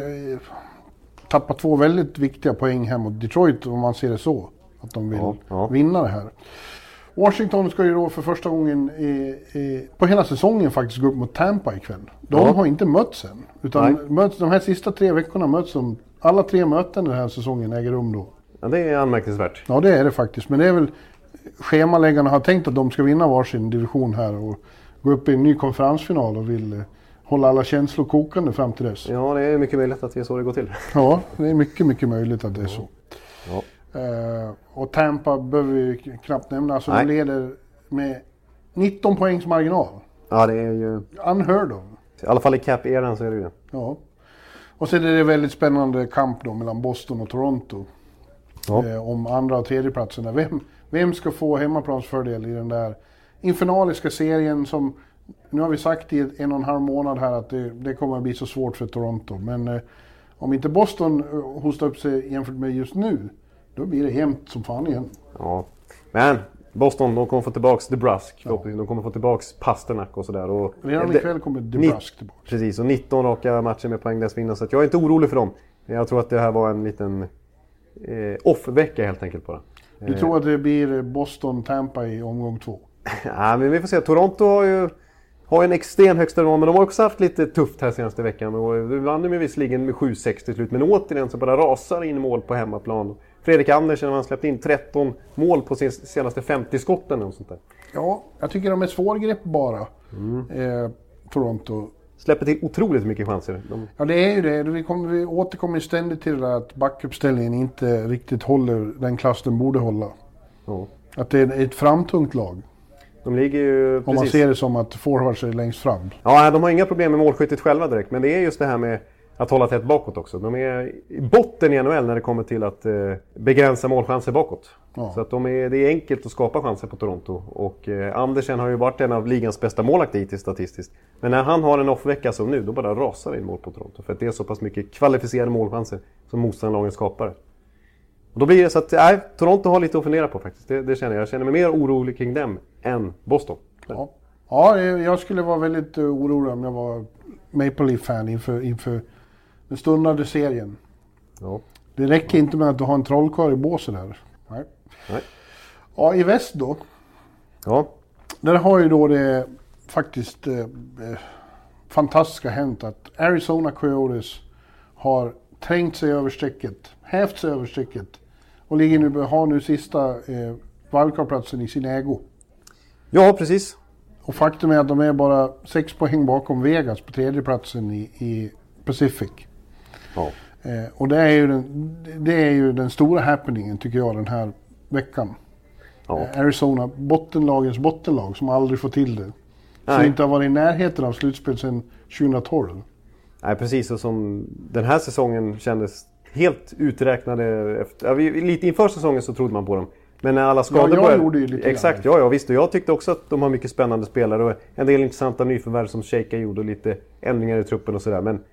tappat två väldigt viktiga poäng här mot Detroit om man ser det så. Att de vill ja, ja. vinna det här. Washington ska ju då för första gången i, i, på hela säsongen faktiskt gå upp mot Tampa ikväll. De ja. har inte mötts än. Utan möts, de här sista tre veckorna möts de. Alla tre möten den här säsongen äger rum då. Ja, det är anmärkningsvärt. Ja, det är det faktiskt. Men det är väl schemaläggarna har tänkt att de ska vinna varsin division här och gå upp i en ny konferensfinal och vill eh, hålla alla känslor kokande fram till dess. Ja, det är mycket möjligt att det är så det går till. Ja, det är mycket, mycket möjligt att det är så. Ja. Uh, och Tampa behöver vi knappt nämna. Alltså de leder med nitton poängs marginal. Ja, det är ju... Unheard of. I alla fall i cap-eran så är det ju det. Ja. Och sen är det väldigt spännande kamp då mellan Boston och Toronto. Ja. Uh, om andra och tredje platserna. Vem, vem ska få hemmaplansfördel i den där infernaliska serien som... Nu har vi sagt i en och en halv månad här att det, det kommer att bli så svårt för Toronto. Men uh, om inte Boston uh, hostar upp sig jämfört med just nu... Då blir det jämnt som fan igen. Ja, men Boston, de kommer få tillbaks DeBrusk. Ja. De kommer få tillbaks Pasternak och sådär. Och redan ikväll kommer DeBrusk tillbaka. Precis, och nitton raka matcher med poäng dessvinna. Så att jag är inte orolig för dem. Jag tror att det här var en liten eh, off-vecka helt enkelt bara. Du tror att det blir Boston-Tampa i omgång två? Ja, men vi får se. Toronto har ju har en extrem högsta nivå, men de har också haft lite tufft här senaste veckan. Och vi vann ju visserligen med sju sex till slut, men återigen så bara rasar in mål på hemmaplan. Fredrik Andersen har släppt in tretton mål på sin senaste femtio skotten och sånt där. Ja, jag tycker de är svårgreppbara. Mm. Eh, Toronto. Släpper till otroligt mycket chanser. De... Ja, det är ju det. Vi, kommer, vi återkommer ständigt till det att backuppställningen inte riktigt håller den klass den borde hålla. Ja. Att det är ett framtungt lag. De ligger ju precis... Om man ser det som att forwards är längst fram. Ja, de har inga problem med målskyttet själva direkt. Men det är just det här med att hålla tätt bakåt också. De är i botten i N H L när det kommer till att eh, begränsa målchanser bakåt. Ja. Så att de är, det är enkelt att skapa chanser på Toronto. Och eh, Andersen har ju varit en av ligans bästa målakter hittills statistiskt. Men när han har en off-vecka som nu, då bara rasar in mål på Toronto. För att det är så pass mycket kvalificerade målchanser som motståndarlagen skapar. Och då blir det så att nej, Toronto har lite att fundera på faktiskt. Det, det känner jag. Jag känner mig mer orolig kring dem än Boston. Ja, ja jag skulle vara väldigt orolig om jag var Maple Leaf-fan inför, inför den stundande serien. Ja. Det räcker inte med att du har en trollkarl i båset där. Nej. Nej. Ja, i väst då. Ja. Där har ju då det faktiskt eh, fantastiska hänt att Arizona Coyotes har trängt sig över strecket, hävt sig över strecket och ligger nu, har nu sista eh, wildcard-platsen i sin ägo. Ja, precis. Och faktum är att de är bara sex poäng bakom Vegas på tredje platsen i, i Pacific. Ja. Eh, och det är, ju den, det är ju den stora happeningen tycker jag den här veckan. Ja. Eh, Arizona, bottenlagens bottenlag som aldrig får till det. Nej. Som inte har varit i närheten av slutspel sedan tjugohundratolv. Nej, precis. Och som den här säsongen kändes helt uträknade. Efter, ja, vi, lite inför säsongen så trodde man på dem. Men när alla skador ja, jag började... gjorde ju lite exakt, ja, ja visst. Och jag tyckte också att de har mycket spännande spelare och en del intressanta nyförvärv som Shaka gjorde och lite ändringar i truppen och sådär. Men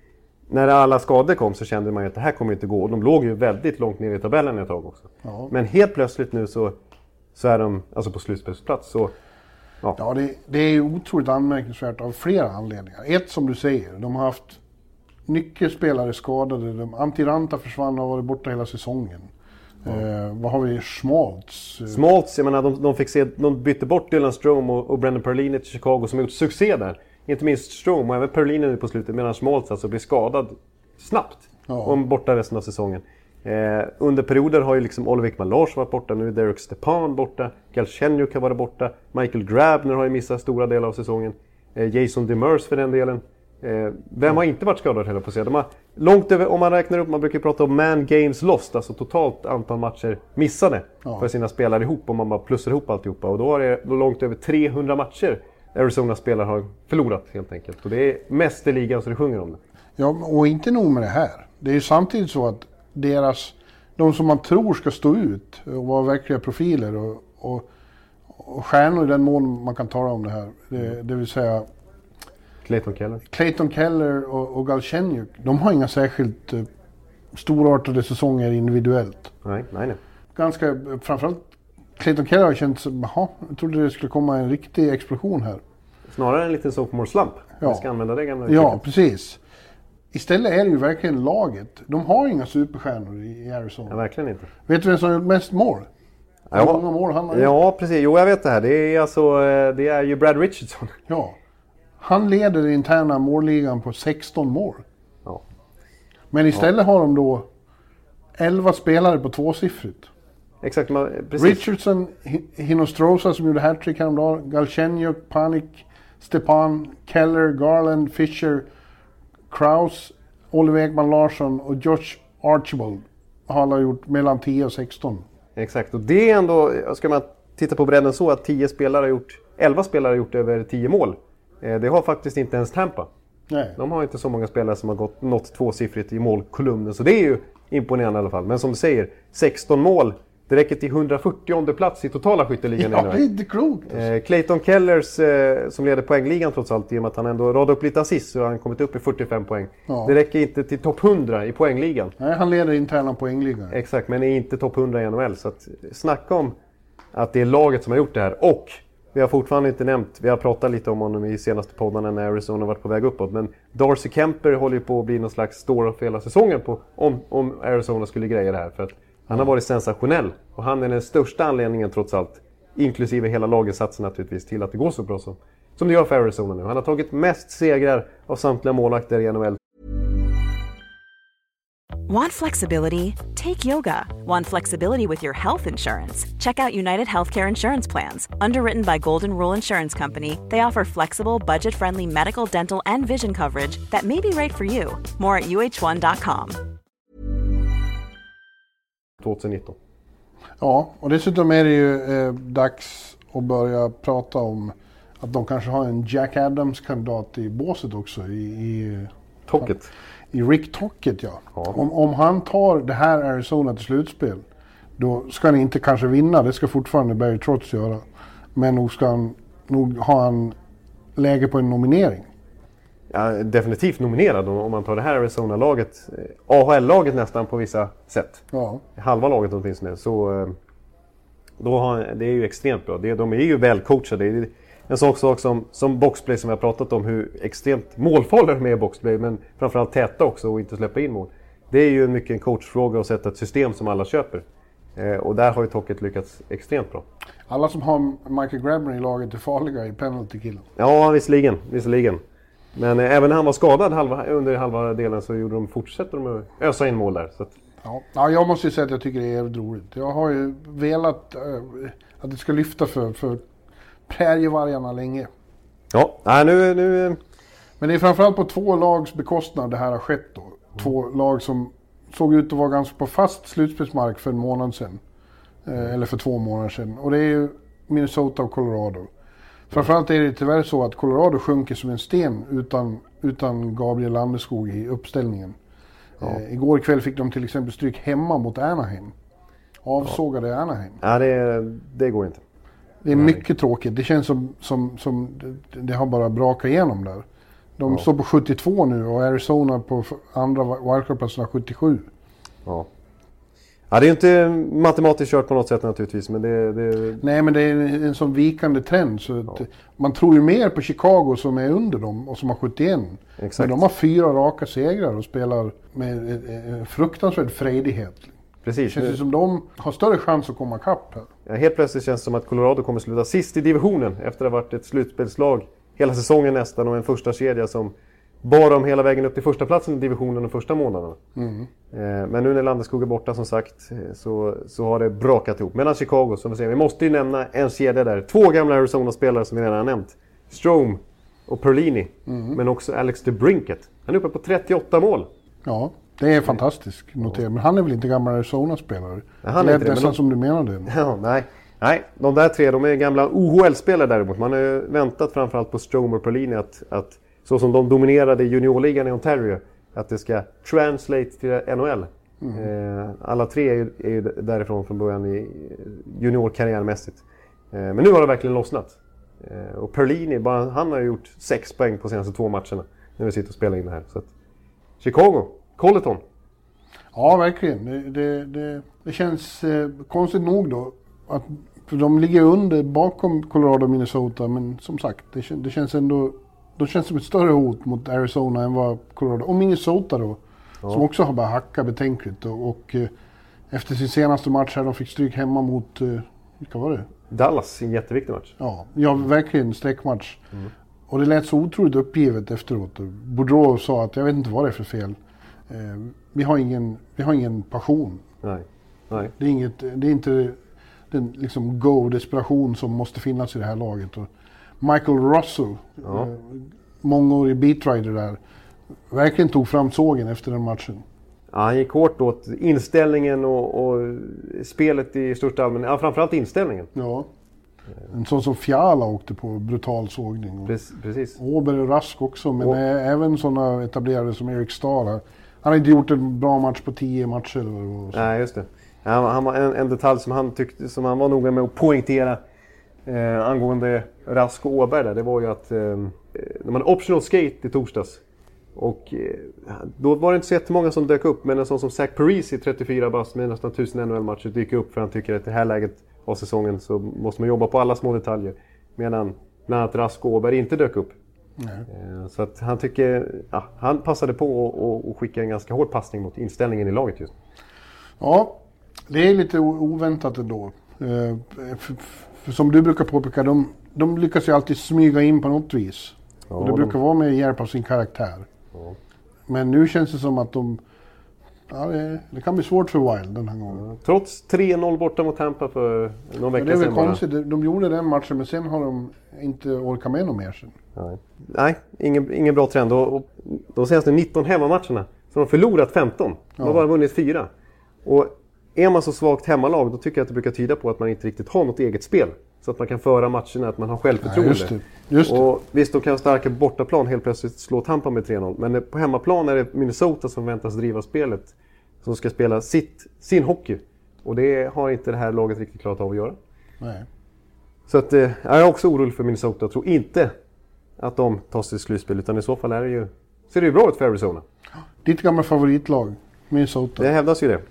när alla skador kom så kände man ju att det här kommer inte gå. De låg ju väldigt långt ner i tabellen ett tag också. Ja. Men helt plötsligt nu så, så är de alltså på slutspelsplats. Så, ja, ja det, det är ju otroligt anmärkningsvärt av flera anledningar. Ett, som du säger, de har haft nyckelspelare skadade. De, Antiranta försvann och har varit borta hela säsongen. Ja. Eh, vad har vi? Schmaltz. Schmaltz, jag menar, de, de, fick se, de bytte bort Dylan Strome och, och Brendan Perlini till Chicago som har gjort succé där. Inte minst Strome och även Perlini nu på slutet, medan Schmaltz alltså blir skadad snabbt. Ja. Och borta resten av säsongen. Eh, under perioder har ju liksom Oliver Ekman-Larsson varit borta, nu är Derek Stepan borta, Galchenyuk har varit borta, Michael Grabner har ju missat stora delar av säsongen, eh, Jason Demers för den delen. Eh, vem har inte varit skadad heller på att säga? De har långt över, om man räknar upp, man brukar prata om man games lost, alltså totalt antal matcher missade ja. för sina spelare ihop, om man bara plussar ihop alltihopa. Och då är det då långt över trehundra matcher Arizona spelare har förlorat helt enkelt. Och det är mest i ligan så det sjunger om det. Ja, och inte nog med det här. Det är ju samtidigt så att deras, de som man tror ska stå ut och vara verkliga profiler och, och, och stjärnor i den mån man kan tala om det här. Det, det vill säga Clayton Keller. Clayton Keller och, och Galchenyuk, de har inga särskilt uh, storartade säsonger individuellt. Nej, nej, nej. Ganska, framförallt Clayton Keller har känt som, jaha, jag trodde det skulle komma en riktig explosion här. Snarare en liten sophomore slump. Ja. Vi ska använda det gamla. Ja, precis. Istället är det ju verkligen laget. De har inga superstjärnor i Arizona. Ja, verkligen inte. Vet du vem som har gjort mest mål? Ja, Hur många mål han har gjort? Ja, precis. Jo, jag vet det här. Det är, alltså, det är ju Brad Richardson. Ja. Han leder den interna målligan på sexton mål. Ja. Men istället ja. har de då elva spelare på tvåsiffrigt. Exakt, man, precis. Richardson, Hinostroza som gjorde hattrick häromdagen, Galchenyuk, Panik, Stepan, Keller, Garland, Fisher, Kraus, Oliver Ekman-Larsson och Josh Archibald har alla gjort mellan tio och sexton. Exakt, och det är ändå, ska man titta på bredden så att tio spelare har gjort, elva spelare har gjort över tio mål. Det har faktiskt inte ens Tampa. Nej. De har inte så många spelare som har gått något tvåsiffrigt i målkolumnen, så det är ju imponerande i alla fall. Men som du säger, sexton mål, det räcker till hundrafyrtionde plats i totala skytteligan. Ja, det är inte klokt. Alltså. Clayton Kellers eh, som leder poängligan trots allt, i och med att han ändå radar upp lite assist så har han kommit upp i fyrtiofem poäng. Ja. Det räcker inte till topp hundra i poängligan. Nej, han leder interna poängligan. Exakt, men är inte topp hundra i N H L. Så att, snacka om att det är laget som har gjort det här. Och vi har fortfarande inte nämnt, vi har pratat lite om honom i senaste poddarna när Arizona varit på väg uppåt. Men Darcy Kemper håller ju på att bli någon slags story för hela säsongen på, om, om Arizona skulle greja det här. För att han har varit sensationell och han är den största anledningen trots allt, inklusive hela laginsatsen naturligtvis, till att det går så bra som, som det gör för Arizona nu. Han har tagit mest segrar av samtliga målvakter i N H L. Want flexibility? Take yoga. Want flexibility with your health insurance? Check out United Healthcare Insurance Plans. Underwritten by Golden Rule Insurance Company, they offer flexible, budget-friendly medical, dental, and vision coverage that may be right for you. More at U H one dot com. tjugonitton. Ja, och dessutom är det ju eh, dags att börja prata om att de kanske har en Jack Adams-kandidat i båset också. I, i, Tocket. I Rick Tocket, ja. ja. Om, om han tar det här Arizona till slutspel, då ska han inte kanske vinna. Det ska fortfarande Barry Trotz göra. Men nog ska han, nog har han läge på en nominering. Ja, definitivt nominerad om man tar det här Arizona-laget, A H L-laget nästan på vissa sätt. Ja. Halva laget åtminstone. Så då har, det är ju extremt bra. Det, de är ju välcoachade. Det är en sak, sak som, som boxplay som vi har pratat om, hur extremt målfarliga de är i boxplay, men framförallt täta också och inte släppa in mål. Det är ju mycket en coachfråga att sätta ett system som alla köper. Eh, och där har ju Tocket lyckats extremt bra. Alla som har Michael Grabner i laget är farliga i penalty-killen. Ja, visserligen. visserligen. Men eh, även när han var skadad halva, under halva delen så gjorde de, fortsätter de att ösa in mål där. Så att... ja. ja, jag måste ju säga att jag tycker det är roligt. Jag har ju velat äh, att det ska lyfta för, för prärievargarna länge. Ja, nej, nu, nu... Men det är framförallt på två lags bekostnad det här har skett då. Två lag som såg ut att vara ganska på fast slutspelsmark för en månad sedan. Eh, eller för två månader sedan. Och det är ju Minnesota och Colorado. Framförallt är det tyvärr så att Colorado sjunker som en sten utan, utan Gabriel Landeskog i uppställningen. Ja. Eh, igår kväll fick de till exempel stryk hemma mot Anaheim. Avsågade ja. Anaheim. Ja, det, det går inte. Det är mycket tråkigt. Det känns som, som, som det, det har bara brakat igenom där. De ja. står på sjuttiotvå nu och Arizona på andra wildcard-platserna sjuttiosju. Ja. Ja, det är ju inte matematiskt kört på något sätt naturligtvis, men det... det... Nej, men det är en, en sån vikande trend. Så ja. att man tror ju mer på Chicago som är under dem och som har sjuttioen. Exakt. Men de har fyra raka segrar och spelar med en fruktansvärd frejdighet. Precis. Det känns ju som de har större chans att komma kapp här. Ja, helt plötsligt känns det som att Colorado kommer sluta sist i divisionen efter att ha varit ett slutspelslag hela säsongen nästan och en första kedja som bar dem hela vägen upp till första platsen i divisionen de första månaderna. Mm. Eh, men nu när Landeskog är borta som sagt så, så har det brakat ihop. Medan Chicago, som vi säger, vi måste ju nämna en kedja där. Två gamla Arizona-spelare som vi redan har nämnt. Strome och Perlini, mm. men också Alex DeBrincat. Han är uppe på trettioåtta mål. Ja, det är fantastiskt notera. Men han är väl inte gammal Arizona-spelare? Nej, han är inte det. Nästan de... som du menade. Ja, nej. Nej, de där tre, de är gamla O H L-spelare däremot. Man har ju väntat framförallt på Strome och Perlini att, att så som de dominerade juniorligan i Ontario, att det ska translate till N H L. Mm. Eh, alla tre är ju, är ju därifrån från början i juniorkarriärmässigt. Eh, men nu har det verkligen lossnat. Eh, och Perlini, bara, han har gjort sex poäng på senaste två matcherna när vi sitter och spelar in det här. Så att, Chicago, Colleton. Ja, verkligen. Det, det, det, det känns eh, konstigt nog då att för de ligger under bakom Colorado och Minnesota, men som sagt, det, det känns ändå då känns det som ett större hot mot Arizona än vad Colorado och Minnesota då, ja. Som också har bara hackat betänkligt och, och eh, efter sin senaste match här de fick stryk hemma mot eh, vilka var det? Dallas, en jätteviktig match. Ja, ja verkligen sträckmatch. Mm. Och det lät så otroligt uppgivet efteråt. Boudreau sa att jag vet inte vad det är för fel. Eh, vi har ingen vi har ingen passion. Nej. Nej. Det är inget det är inte den liksom go-desperation som måste finnas i det här laget. Och Michael Russell, ja. eh, mångårig beatrider där, verkligen tog fram sågen efter den matchen. Ja, han gick hårt åt inställningen och, och spelet i största allmänhet. Ja, framförallt inställningen. Ja. En sån som Fiala åkte på brutal sågning. Och precis. Åberg och Rask också, men och, även sådana etablerade som Erik Stahl. Han har inte gjort en bra match på tio matcher. Och så. Nej, just det. Han, han var en, en detalj som han tyckte, som han var noga med att poängtera eh, angående Rask och Åberg där, det var ju att eh, när man optional skate i torsdags och eh, då var det inte så jättemånga som dök upp, men en sån som Zach Parise i trettiofyra bast med nästan tusen N H L-matcher dyker upp för han tycker att i det här läget av säsongen så måste man jobba på alla små detaljer, medan bland annat Rask och Åberg inte dök upp. Eh, så att han tycker, ja, han passade på och, och skicka en ganska hård passning mot inställningen i laget just. Ja, det är lite oväntat ändå. Eh, för, för som du brukar påpeka, de, de lyckas ju alltid smyga in på något vis. Ja, och det de... brukar vara med hjälp av sin karaktär. Ja. Men nu känns det som att de... Ja, det, det kan bli svårt för Wild den här gången. Ja, trots tre noll borta mot Tampa för någon vecka sedan. Det är väl konstigt. De, de gjorde den matchen, men sen har de inte orkat med någon mer sen. Nej, Nej ingen, ingen bra trend. Och, och de senaste nitton hemmamatcherna så har de förlorat femton. De har ja. bara vunnit fyra. Och är man så svagt hemmalag, då tycker jag att det brukar tyda på att man inte riktigt har något eget spel. Så att man kan föra matcherna, att man har självförtroende. Ja, just det. Just det. Och visst, de kan starka bortaplan helt plötsligt slå Tampa med tre noll. Men på hemmaplan är det Minnesota som väntas driva spelet. Som ska spela sitt, sin hockey. Och det har inte det här laget riktigt klarat av att göra. Nej. Så att, eh, jag är också orolig för Minnesota. Jag tror inte att de tar sig till slutspel. Utan i så fall är det ju, ser det ju bra ut för Arizona. Ditt gamla favoritlag, Minnesota. Det hävdas ju det.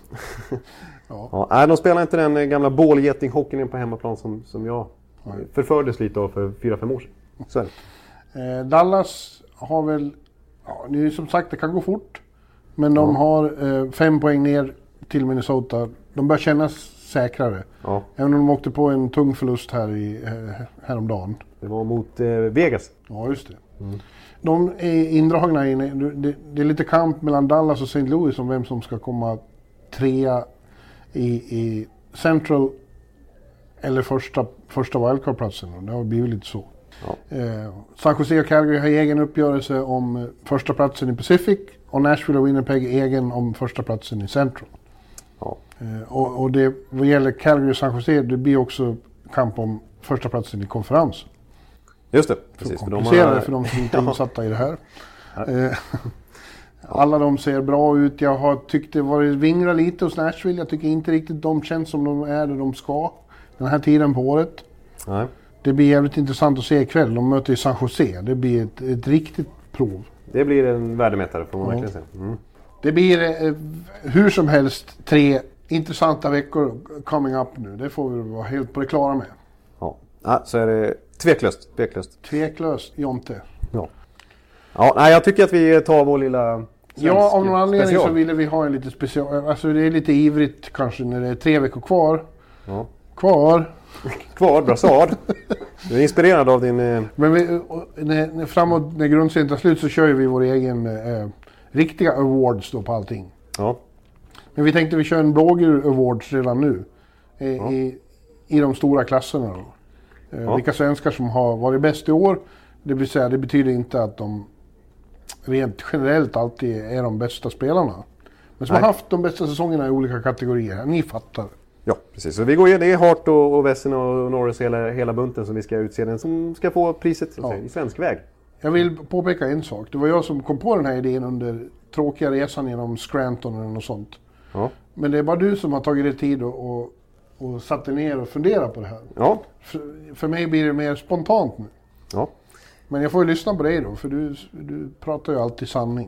Ja. Ja, de spelar inte den gamla bålgeting-hockeyn på hemmaplan som, som jag Nej. förfördes lite av för fyra fem år sedan. Så är det. Eh, Dallas har väl, ja, det är som sagt det kan gå fort. Men de ja. har eh, fem poäng ner till Minnesota. De börjar kännas säkrare. Ja. Även om de åkte på en tung förlust här i, eh, häromdagen. Det var mot eh, Vegas. Ja, just det. Mm. De är indragna i, det, det är lite kamp mellan Dallas och Saint Louis om vem som ska komma trea i, i Central eller första, första wildcard-platsen. Det har blivit lite så. Ja. Eh, San Jose och Calgary har egen uppgörelse om första platsen i Pacific och Nashville och Winnipeg egen om första platsen i Central. Ja. Eh, och, och det, vad gäller Calgary och San Jose, det blir också kamp om första platsen i konferensen. Just det, precis. För komplicerade för de, har... för de som inte är insatta i det här. Eh, alla de ser bra ut. Jag har tyckt det varit vingra lite hos Nashville. Jag tycker inte riktigt de känns som de är där de ska den här tiden på året. Nej. Det blir jävligt intressant att se ikväll. De möter ju San Jose. Det blir ett, ett riktigt prov. Det blir en värdemätare får man Ja. verkligen säga. Mm. Det blir eh, hur som helst tre intressanta veckor coming up nu. Det får vi vara helt på det klara med. Ja. Ja, så är det tveklöst. Tveklöst. Tveklöst, Jonte. Ja. Ja, nej, jag tycker att vi tar vår lilla Ja, av någon anledning special. så ville vi ha en lite special. Alltså det är lite ivrigt kanske när det är tre veckor kvar. Ja. Kvar. Kvar, brassard. Du är inspirerad av din... Eh... Men vi, och, när, när, framåt när grundserien tar slut så kör ju vi vår egen eh, riktiga awards då på allting. Ja. Men vi tänkte vi kör en blågur awards redan nu. Eh, Ja. i, I de stora klasserna då. Eh, Ja. Vilka svenskar som har varit bäst i år. Det vill säga, det betyder inte att de rent generellt alltid är de bästa spelarna. Men som Nej. har haft de bästa säsongerna i olika kategorier. Ni fattar. Ja, precis. Så vi går igen. Det är Hart och, och Wesson och Norris hela, hela bunten som vi ska utse. Den som ska få priset så att Ja. säga, i svensk väg. Jag vill påpeka en sak. Det var jag som kom på den här idén under tråkiga resan genom Scranton eller något sånt. Ja. Men det är bara du som har tagit dig tid och, och, och satt dig ner och funderat på det här. Ja. För, för mig blir det mer spontant nu. Ja. Men jag får ju lyssna på dig då, för du, du pratar ju alltid sanning.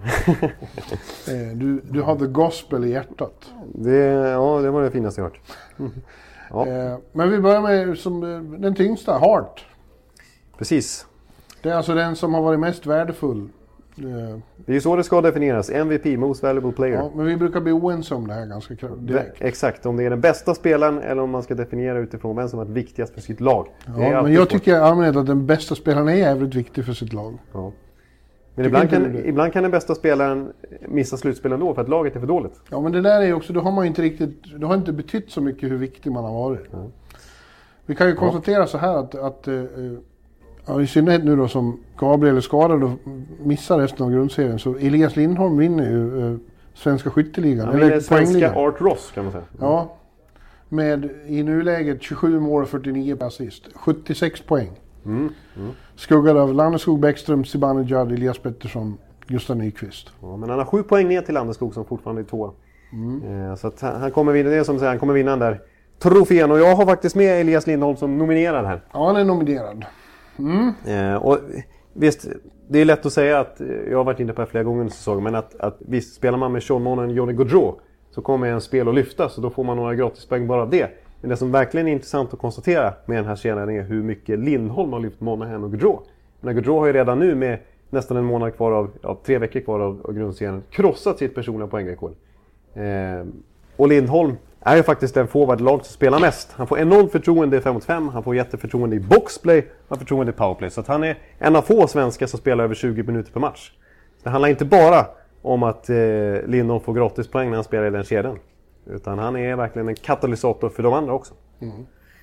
eh, du, du har the gospel i hjärtat. Det, ja, det var det finaste jag hört. Ja. Eh, men vi börjar med som, eh, den tyngsta, Hart. Precis. Det är alltså den som har varit mest värdefull. Eh, Det är ju så det ska definieras. M V P, Most Valuable Player. ja, men vi brukar bli oense om det här ganska kra- direkt. Exakt, om det är den bästa spelaren eller om man ska definiera utifrån vem som är viktigast för sitt lag. Det är Ja, men alltid jag svårt. tycker i allmänhet att den bästa spelaren är jävligt viktig för sitt lag. Ja. Men ibland inte kan, du det? ibland kan den bästa spelaren missa slutspel ändå för att laget är för dåligt. Ja, men det där är ju också, då har man ju inte riktigt, det har inte betytt så mycket hur viktig man har varit. Mm. Vi kan ju konstatera så här att, att eh, ja, i synnerhet nu då som Gabriel är skadad och missar resten av grundserien, så Elias Lindholm vinner ju eh, svenska skytteligan. Han är svenska poängligan. Art Ross kan man säga. Ja, med i nuläget tjugosju mål och fyrtionio assist. sjuttiosex poäng. Mm. Mm. Skuggad av Landeskog, Bäckström, Zibanejad, Elias Pettersson, Gustav Nyqvist. Ja, men han har sju poäng ner till Landeskog som fortfarande är tvåa. Mm. Eh, så att han, han kommer vinna, det är som säger, han kommer vinna den där trofén. Och jag har faktiskt med Elias Lindholm som nominerad här. Ja, han är nominerad. Mm. Eh, och visst, det är lätt att säga att, jag har varit inne på det flera gånger under säsongen, men att, att visst, spelar man med Sean Monahan och Johnny Gaudreau så kommer en spel att lyftas och då får man några gratispoäng bara av det. Men det som verkligen är intressant att konstatera med den här serien är hur mycket Lindholm har lyft Monahan och Gaudreau. Men Gaudreau har ju redan nu med nästan en månad kvar av, ja, tre veckor kvar av, av grundserien krossat sitt personliga poängrekord. Eh, och Lindholm är ju faktiskt den forward lag som spelar mest. Han får enormt förtroende i fem mot fem, han får jätteförtroende i boxplay, han får förtroende i powerplay. Så att han är en av få svenskar som spelar över tjugo minuter per match. Det handlar inte bara om att eh, Lindholm får gratispoäng när han spelar i den kedjan. Utan han är verkligen en katalysator för de andra också. Mm.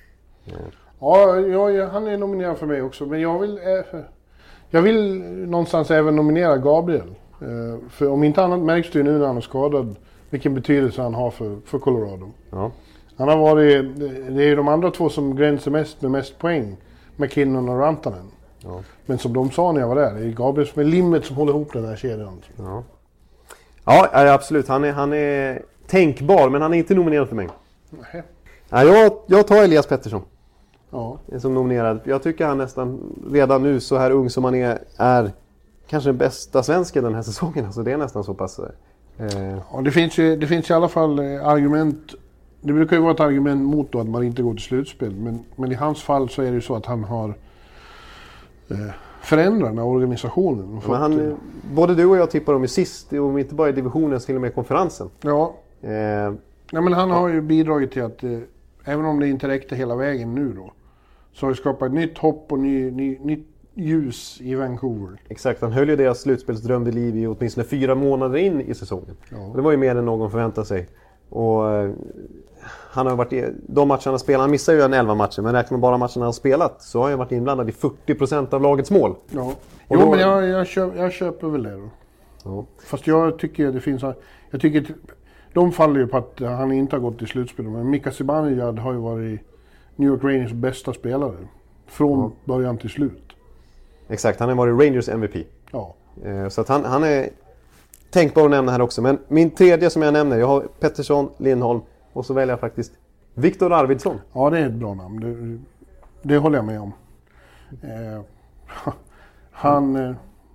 Ja, ja, han är nominerad för mig också. Men jag vill, eh, jag vill någonstans även nominera Gabriel. Eh, för om inte annat märks det ju nu när han är skadad vilken betydelse han har för, för Colorado. Ja. Han har varit, det är ju de andra två som gränsar mest med mest poäng. McKinnon och Rantanen. Ja. Men som de sa när jag var där, det är Gabriel som är limmet som håller ihop den här kedjan. Ja, ja absolut. Han är, han är tänkbar, men han är inte nominerad för mig. Nej. Ja, jag, jag tar Elias Pettersson Ja. som nominerad. Jag tycker han nästan redan nu, så här ung som han är, är kanske den bästa svensken den här säsongen. Alltså det är nästan så pass... Eh... Ja, det finns ju, det finns i alla fall eh, argument. Det brukar ju vara ett argument mot då att man inte går till slutspel. Men, men i hans fall så är det ju så att han har eh, förändrat den här organisationen. Och fått, Men han, eh, både du och jag tippar dem i sist, och inte bara i divisionen, till och med konferensen. ja, Eh, nej, men han har ju bidragit till att, eh, även om det inte räckte hela vägen nu då, så har det skapat ett nytt hopp och ny, ny, nytt ljus i Vancouver. exakt, han höll ju deras slutspelsdröm vid liv i åtminstone fyra månader in i säsongen. Ja. Det var ju mer än någon förväntade sig. Och eh, han har varit i, de matcherna han spelar, han missar ju en elva matcher, men räknar man bara matcherna han har spelat så har han varit inblandad i fyrtio procent av lagets mål. Ja. Och Jo, då- men jag, jag, köper, jag köper väl det då. Ja. Fast jag tycker det finns... Jag tycker att de faller ju på att han inte har gått till slutspel. Men Mika Zibanejad har ju varit New York Rangers bästa spelare. Från Ja. början till slut. Exakt, han har varit Rangers M V P. Ja. Eh, så att han, han är tänkbar att nämna här också. Men min tredje som jag nämner, jag har Pettersson, Lindholm och så väljer jag faktiskt Viktor Arvidsson. Ja, det är ett bra namn. Det, det håller jag med om. Eh, han, eh,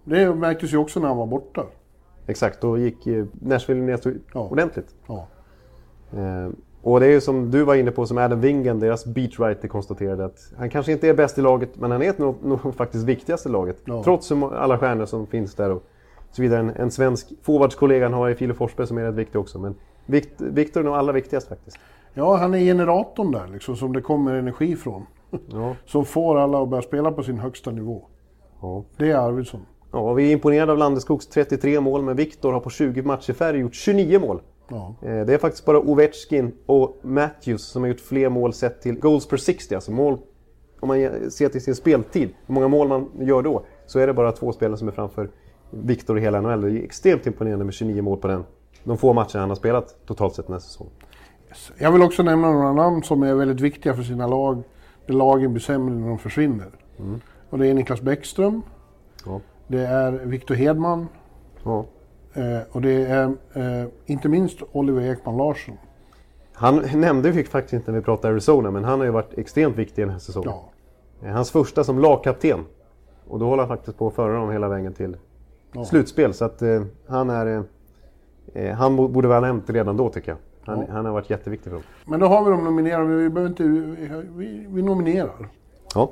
Det märktes ju också när han var borta. Exakt, då gick eh, Nashville ner så Ja. ordentligt. Ja. Eh, och det är ju som du var inne på, som Adam Wingen, deras beatwriter, konstaterade att han kanske inte är bäst i laget, men han är nog, nog faktiskt viktigast i laget. Ja. Trots alla stjärnor som finns där och så vidare. En, en svensk forwardskollega han har i Filip Forsberg som är rätt viktig också. Men Vikt, Viktor är nog allra viktigast faktiskt. Ja, han är generatorn där liksom, som det kommer energi från. Ja. Som får alla att börja spela på sin högsta nivå. Ja. Det är Arvidsson. Ja, vi är imponerade av Landeskogs trettiotre mål, men Viktor har på tjugo matcher färre gjort tjugonio mål. Ja. Eh, det är faktiskt bara Ovechkin och Matthews som har gjort fler mål sett till goals per sextio, alltså mål, om man ser till sin speltid, hur många mål man gör då, så är det bara två spelare som är framför Viktor i hela N H L. Det är extremt imponerande med tjugonio mål på den. De få matcher han har spelat totalt sett nästa säsong. Yes. Jag vill också nämna några namn som är väldigt viktiga för sina lag. Där lagen blir sämre när de försvinner. Mm. Och det är Niklas Bäckström. Ja. Det är Victor Hedman. Ja. Eh, och det är eh, inte minst Oliver Ekman Larsson. Han nämnde vi faktiskt inte när vi pratade Arizona, men han har ju varit extremt viktig i den här säsongen. Ja. Hans första som lagkapten. Och då håller han faktiskt på att föra dem hela vägen till ja. slutspel. Så att eh, han är eh, han borde vara nämnt redan då, tycker jag. Han, ja. han har varit jätteviktig för dem. Men då har vi dem nominerade, men vi behöver inte... Vi, vi nominerar. Ja.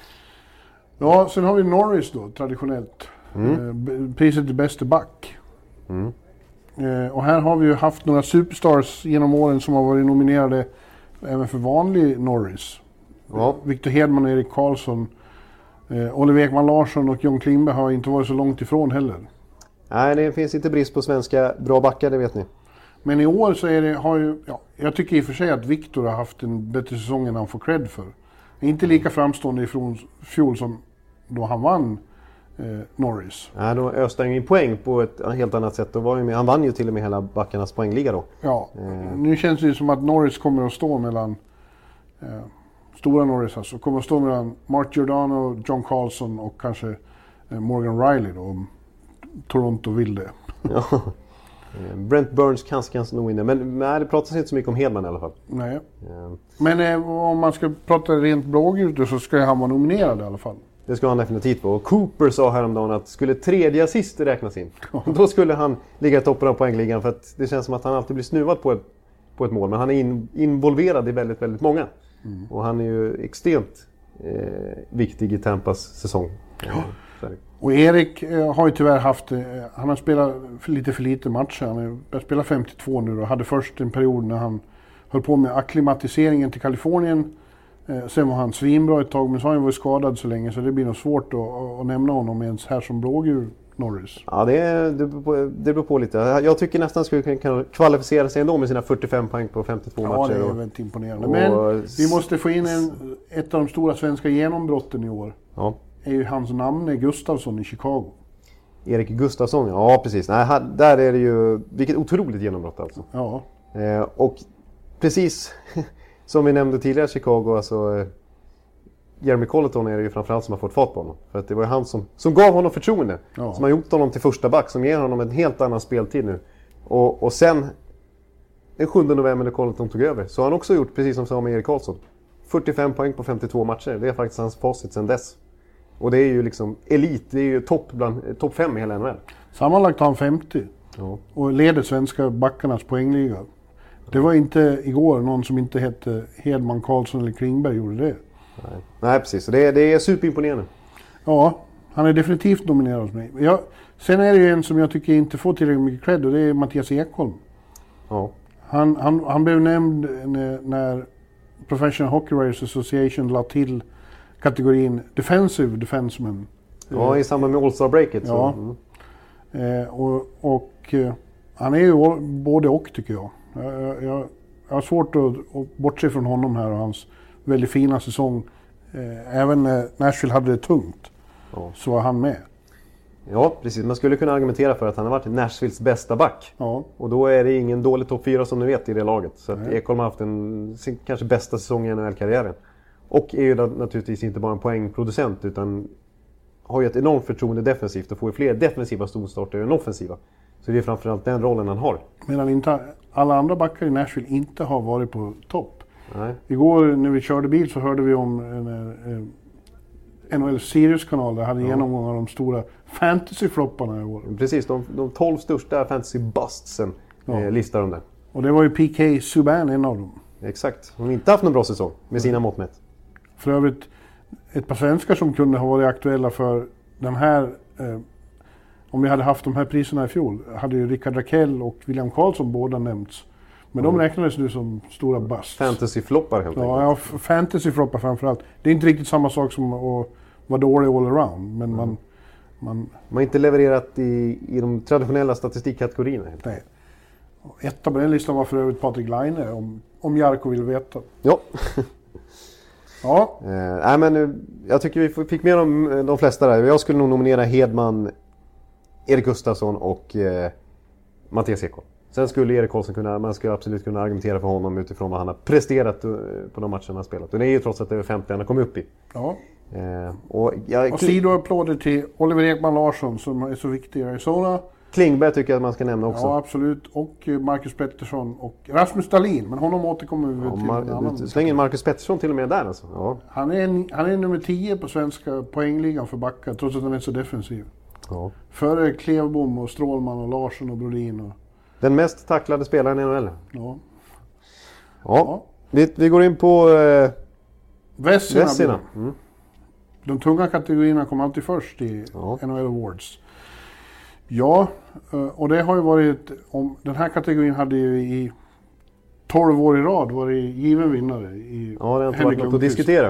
Ja, sen har vi Norris då, traditionellt. Mm. Eh, priset till bästa back. Mm. Eh, och här har vi ju haft några superstars genom åren som har varit nominerade även för vanlig Norris. Ja. Victor Hedman och Erik Karlsson. Eh, Oliver Ekman Larsson och John Klingberg har inte varit så långt ifrån heller. Nej, det finns inte brist på svenska bra backar, det vet ni. Men i år så är det, har ju, ja, jag tycker i och för sig att Victor har haft en bättre säsong än han får cred för. Inte lika framstående i fjol som då han vann eh, Norris. Nej, då öste han ju in poäng på ett helt annat sätt. Då var ju med, han vann ju till och med hela backarnas poängliga då. Ja, eh. nu känns det ju som att Norris kommer att stå mellan, eh, stora Norris alltså, kommer att stå mellan Mark Giordano, John Carlson och kanske eh, Morgan Riley då, om Toronto vill det. Ja. Brent Burns kanske kan nog in det, men nej, det pratas inte så mycket om Hedman i alla fall. Nej. Ja. Men eh, om man ska prata rent blågult så ska han vara nominerad i alla fall. Det ska han definitivt vara. Och Cooper sa häromdagen att skulle tredje assist räknas in, då skulle han ligga i toppen av poängligan, för att det känns som att han alltid blir snuvad på ett, på ett mål. Men han är in, involverad i väldigt, väldigt många. Mm. Och han är ju extremt eh, viktig i Tampas säsong. Ja. Och Erik eh, har ju tyvärr haft, eh, han har spelat för lite för lite matcher. Han har spelat femtiotvå nu och hade först en period när han höll på med akklimatiseringen till Kalifornien. Eh, sen var han svinbra ett tag, men så har han varit skadad så länge så det blir nog svårt att, att, att nämna honom ens här som blågur Norris. Ja, det, det, beror på, det beror på lite. Jag tycker nästan skulle kunna kvalificera sig ändå med sina fyrtiofem poäng på femtiotvå ja, matcher. Ja, det är och, väldigt imponerande. Men och, vi måste få in en, ett av de stora svenska genombrotten i år. Ja. Är ju hans namn Gustafsson i Chicago. Erik Gustafsson, ja precis. Nej, här, där är det ju, vilket otroligt genombrott alltså. Ja. Eh, och precis som vi nämnde tidigare Chicago, alltså eh, Jeremy Colleton är det ju framförallt som har fått fart på honom. För att det var ju han som, som gav honom förtroende. Ja. Som har gjort honom till första back, som ger honom en helt annan speltid nu. Och, och sen, den sjunde november när Colleton tog över, så har han också gjort precis som sa med Erik Karlsson. fyrtiofem poäng på femtiotvå matcher, det är faktiskt hans facit sedan dess. Och det är ju liksom elit, det är ju topp bland topp fem i hela N H L. Sammanlagt har han femtio. Ja. Och leder svenska backarnas poängliga. Det var inte igår någon som inte hette Hedman, Karlsson eller Klingberg gjorde det. Nej, Nej precis. Det är, det är superimponerande. Ja, han är definitivt nominerad hos mig. Jag, sen är det ju en som jag tycker inte får tillräckligt mycket cred, och det är Mattias Ekholm. Ja. Han, han, han blev nämnd när, när Professional Hockey Writers Association la till kategorin Defensive Defenseman. Ja, i samband med All-Star-breaket. Ja. Mm. Eh, och och eh, han är ju både och tycker jag. Jag, jag, jag har svårt att, att bortse från honom här och hans väldigt fina säsong. Eh, även när Nashville hade det tungt, ja, så var han med. Ja, precis. Man skulle kunna argumentera för att han har varit Nashvilles bästa back. Ja. Och då är det ingen dålig topp fyra som ni vet i det laget. Så att Ekholm har haft en sin kanske bästa säsong i N H L-karriären. Och är ju naturligtvis inte bara en poängproducent, utan har ju ett enormt förtroende defensivt och får ju fler defensiva storstarter än offensiva. Så det är framförallt den rollen han har. Medan inte alla andra backar i Nashville inte har varit på topp. Nej. Igår när vi körde bil så hörde vi om en, en, N H L Sirius-kanal där hade ja. genomgång av de stora fantasy-flopparna i år. Precis, de, de tolv största fantasy-bustsen ja. eh, listar de där. Och det var ju P K Subban en av dem. Exakt, hon har inte haft någon bra säsong med sina mm. mått mätt. För övrigt, ett par svenskar som kunde ha varit aktuella för den här, eh, om vi hade haft de här priserna i fjol, hade ju Rickard Rakell och William Karlsson båda nämnts. Men mm. de räknades nu som stora busts. Fantasy-floppar helt ja, enkelt. Ja, fantasy-floppar framförallt. Det är inte riktigt samma sak som att vara dålig all around, men mm. man, man... Man har inte levererat i, i de traditionella statistikkategorierna. Helt Nej. Etta på den listan var för övrigt Patrik Laine, om, om Jarko vill veta. Ja. ja. Eh, nej, men jag tycker vi fick med de, de flesta där. Jag skulle nog nominera Hedman, Erik Gustafsson och eh, Mattias Ekholm. Sen skulle Erik Karlsson kunna, man skulle absolut kunna argumentera för honom utifrån vad han har presterat på de matcherna han har spelat. Och det är ju trots att det är femtio han har kommit upp i. Ja. Eh, och jag, och sidoapplåder till Oliver Ekman Larsson som är så viktig i Arizona. Klingberg tycker jag att man ska nämna också. Ja, absolut. Och Marcus Pettersson och Rasmus Dahlin. Men honom återkommer vi ja, till Mar- en annan. Slänger Marcus Pettersson till och med där alltså. Ja. Han, är en, han är nummer tio på svenska poängligan för backar trots att han är så defensiv. Ja. Före Klevbom och Strålman och Larsson och Brodin. Och... Den mest tacklade spelaren i N H L. Ja. Ja. ja. Vi, vi går in på eh, Vessina. Vessina. Mm. De tunga kategorierna kom alltid först i ja. N H L Awards. Ja, och det har ju varit, om den här kategorin hade ju i tolv år i rad varit given vinnare i ja, det har inte varit något att diskutera.